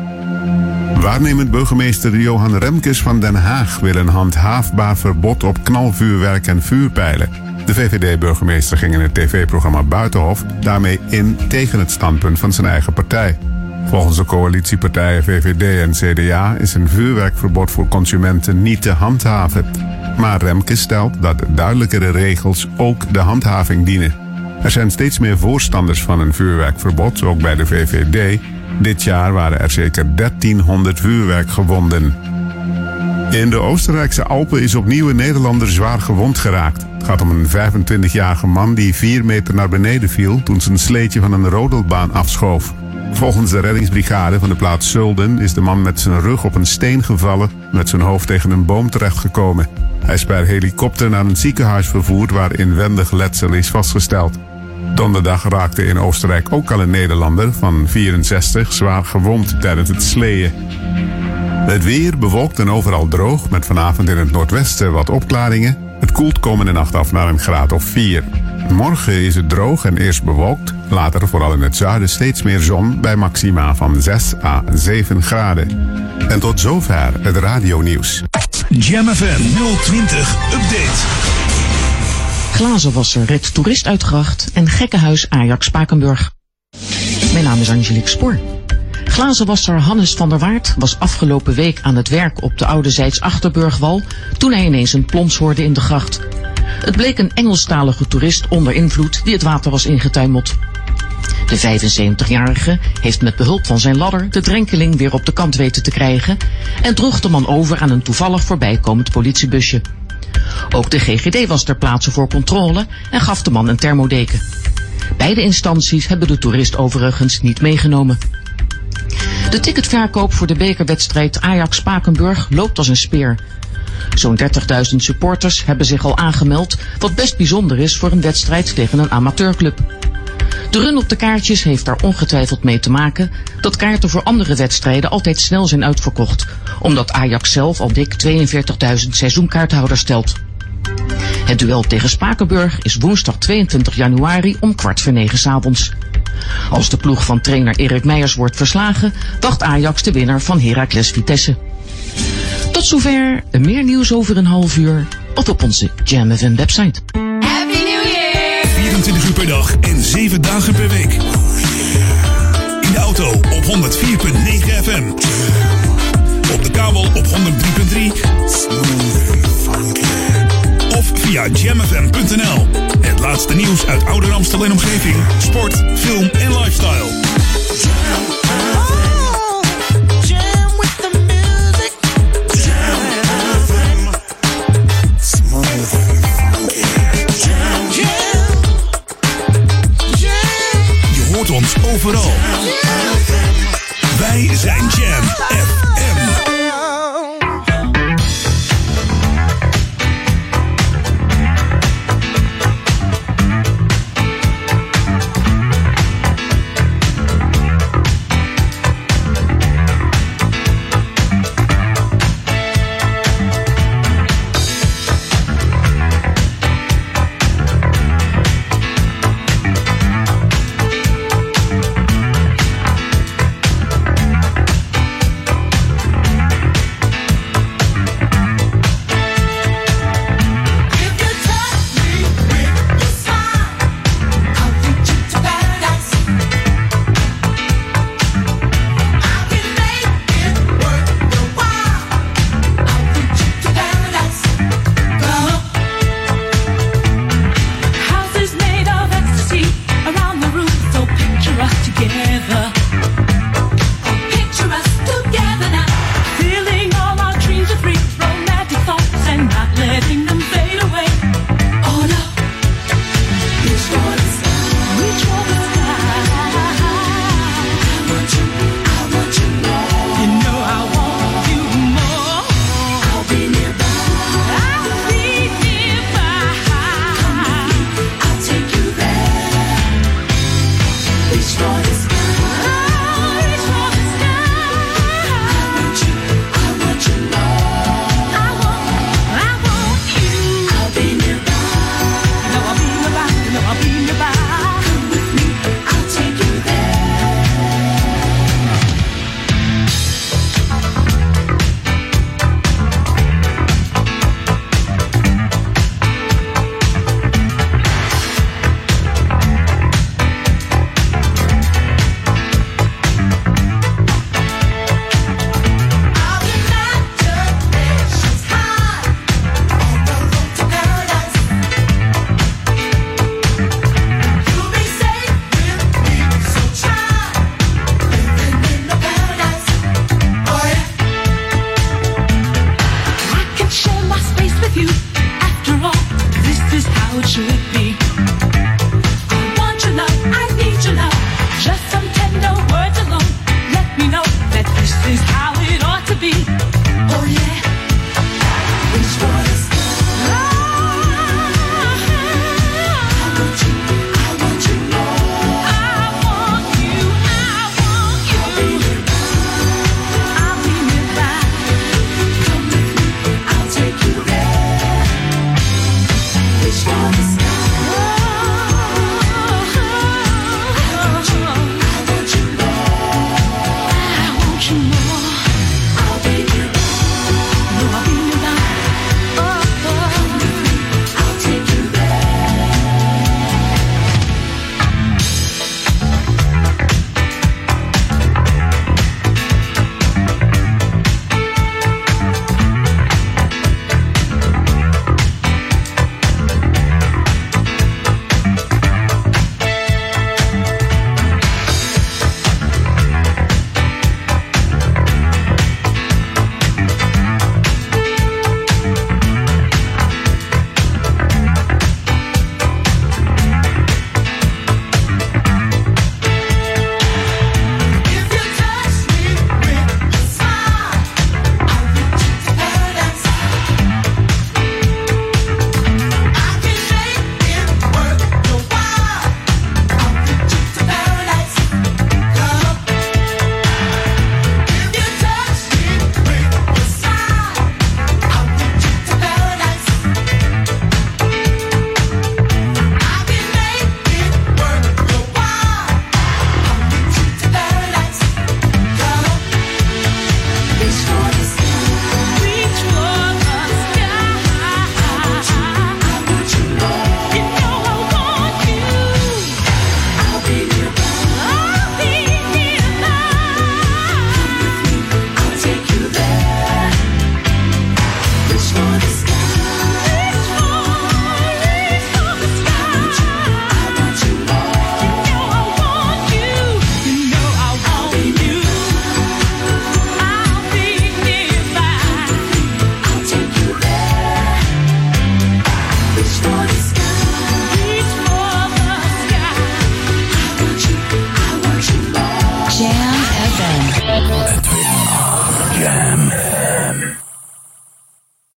Waarnemend burgemeester Johan Remkes van Den Haag wil een handhaafbaar verbod op knalvuurwerk en vuurpijlen. De V V D-burgemeester ging in het tv-programma Buitenhof daarmee in tegen het standpunt van zijn eigen partij. Volgens de coalitiepartijen V V D en C D A is een vuurwerkverbod voor consumenten niet te handhaven. Maar Remkes stelt dat duidelijkere regels ook de handhaving dienen. Er zijn steeds meer voorstanders van een vuurwerkverbod, ook bij de V V D. Dit jaar waren er zeker dertienhonderd vuurwerkgewonden. In de Oostenrijkse Alpen is opnieuw een Nederlander zwaar gewond geraakt. Het gaat om een vijfentwintigjarige man die vier meter naar beneden viel toen zijn sleetje van een rodelbaan afschoof. Volgens de reddingsbrigade van de plaats Zulden is de man met zijn rug op een steen gevallen, met zijn hoofd tegen een boom terechtgekomen. Hij is per helikopter naar een ziekenhuis vervoerd waar inwendig letsel is vastgesteld. Donderdag raakte in Oostenrijk ook al een Nederlander van vierenzestig zwaar gewond tijdens het sleeën. Het weer bewolkt en overal droog, met vanavond in het noordwesten wat opklaringen. Het koelt komende nacht af naar een graad of vier. Morgen is het droog en eerst bewolkt. Later vooral in het zuiden steeds meer zon bij maxima van zes à zeven graden. En tot zover het radionieuws. Jam F M nul twintig Update. Glazenwasser redt toerist uit gracht en gekkenhuis Ajax Spakenburg. Mijn naam is Angelique Spoor. Glazenwasser Hannes van der Waard was afgelopen week aan het werk op de oude Zijds Achterburgwal toen hij ineens een plons hoorde in de gracht. Het bleek een Engelstalige toerist onder invloed die het water was ingetuimeld. De vijfenzeventigjarige heeft met behulp van zijn ladder de drenkeling weer op de kant weten te krijgen en droeg de man over aan een toevallig voorbijkomend politiebusje. Ook de G G D was ter plaatse voor controle en gaf de man een thermodeken. Beide instanties hebben de toerist overigens niet meegenomen. De ticketverkoop voor de bekerwedstrijd Ajax Spakenburg loopt als een speer. Zo'n dertigduizend supporters hebben zich al aangemeld, wat best bijzonder is voor een wedstrijd tegen een amateurclub. De run op de kaartjes heeft daar ongetwijfeld mee te maken dat kaarten voor andere wedstrijden altijd snel zijn uitverkocht, omdat Ajax zelf al dik tweeënveertigduizend seizoenkaarthouders telt. Het duel tegen Spakenburg is woensdag tweeëntwintig januari om kwart voor negen 's avonds. Als de ploeg van trainer Erik Meijers wordt verslagen, wacht Ajax de winnaar van Heracles Vitesse. Tot zover, meer nieuws over een half uur of op onze Jam F M website. Happy New Year! vierentwintig uur per dag en zeven dagen per week. In de auto op honderd vier komma negen F M. Op de kabel op honderd drie komma drie. Of via jam f m punt n l. Het laatste nieuws uit Ouder Amstel en omgeving, sport, film en lifestyle. Smooth and funky. Jam, jam. Wij zijn Jam F M. You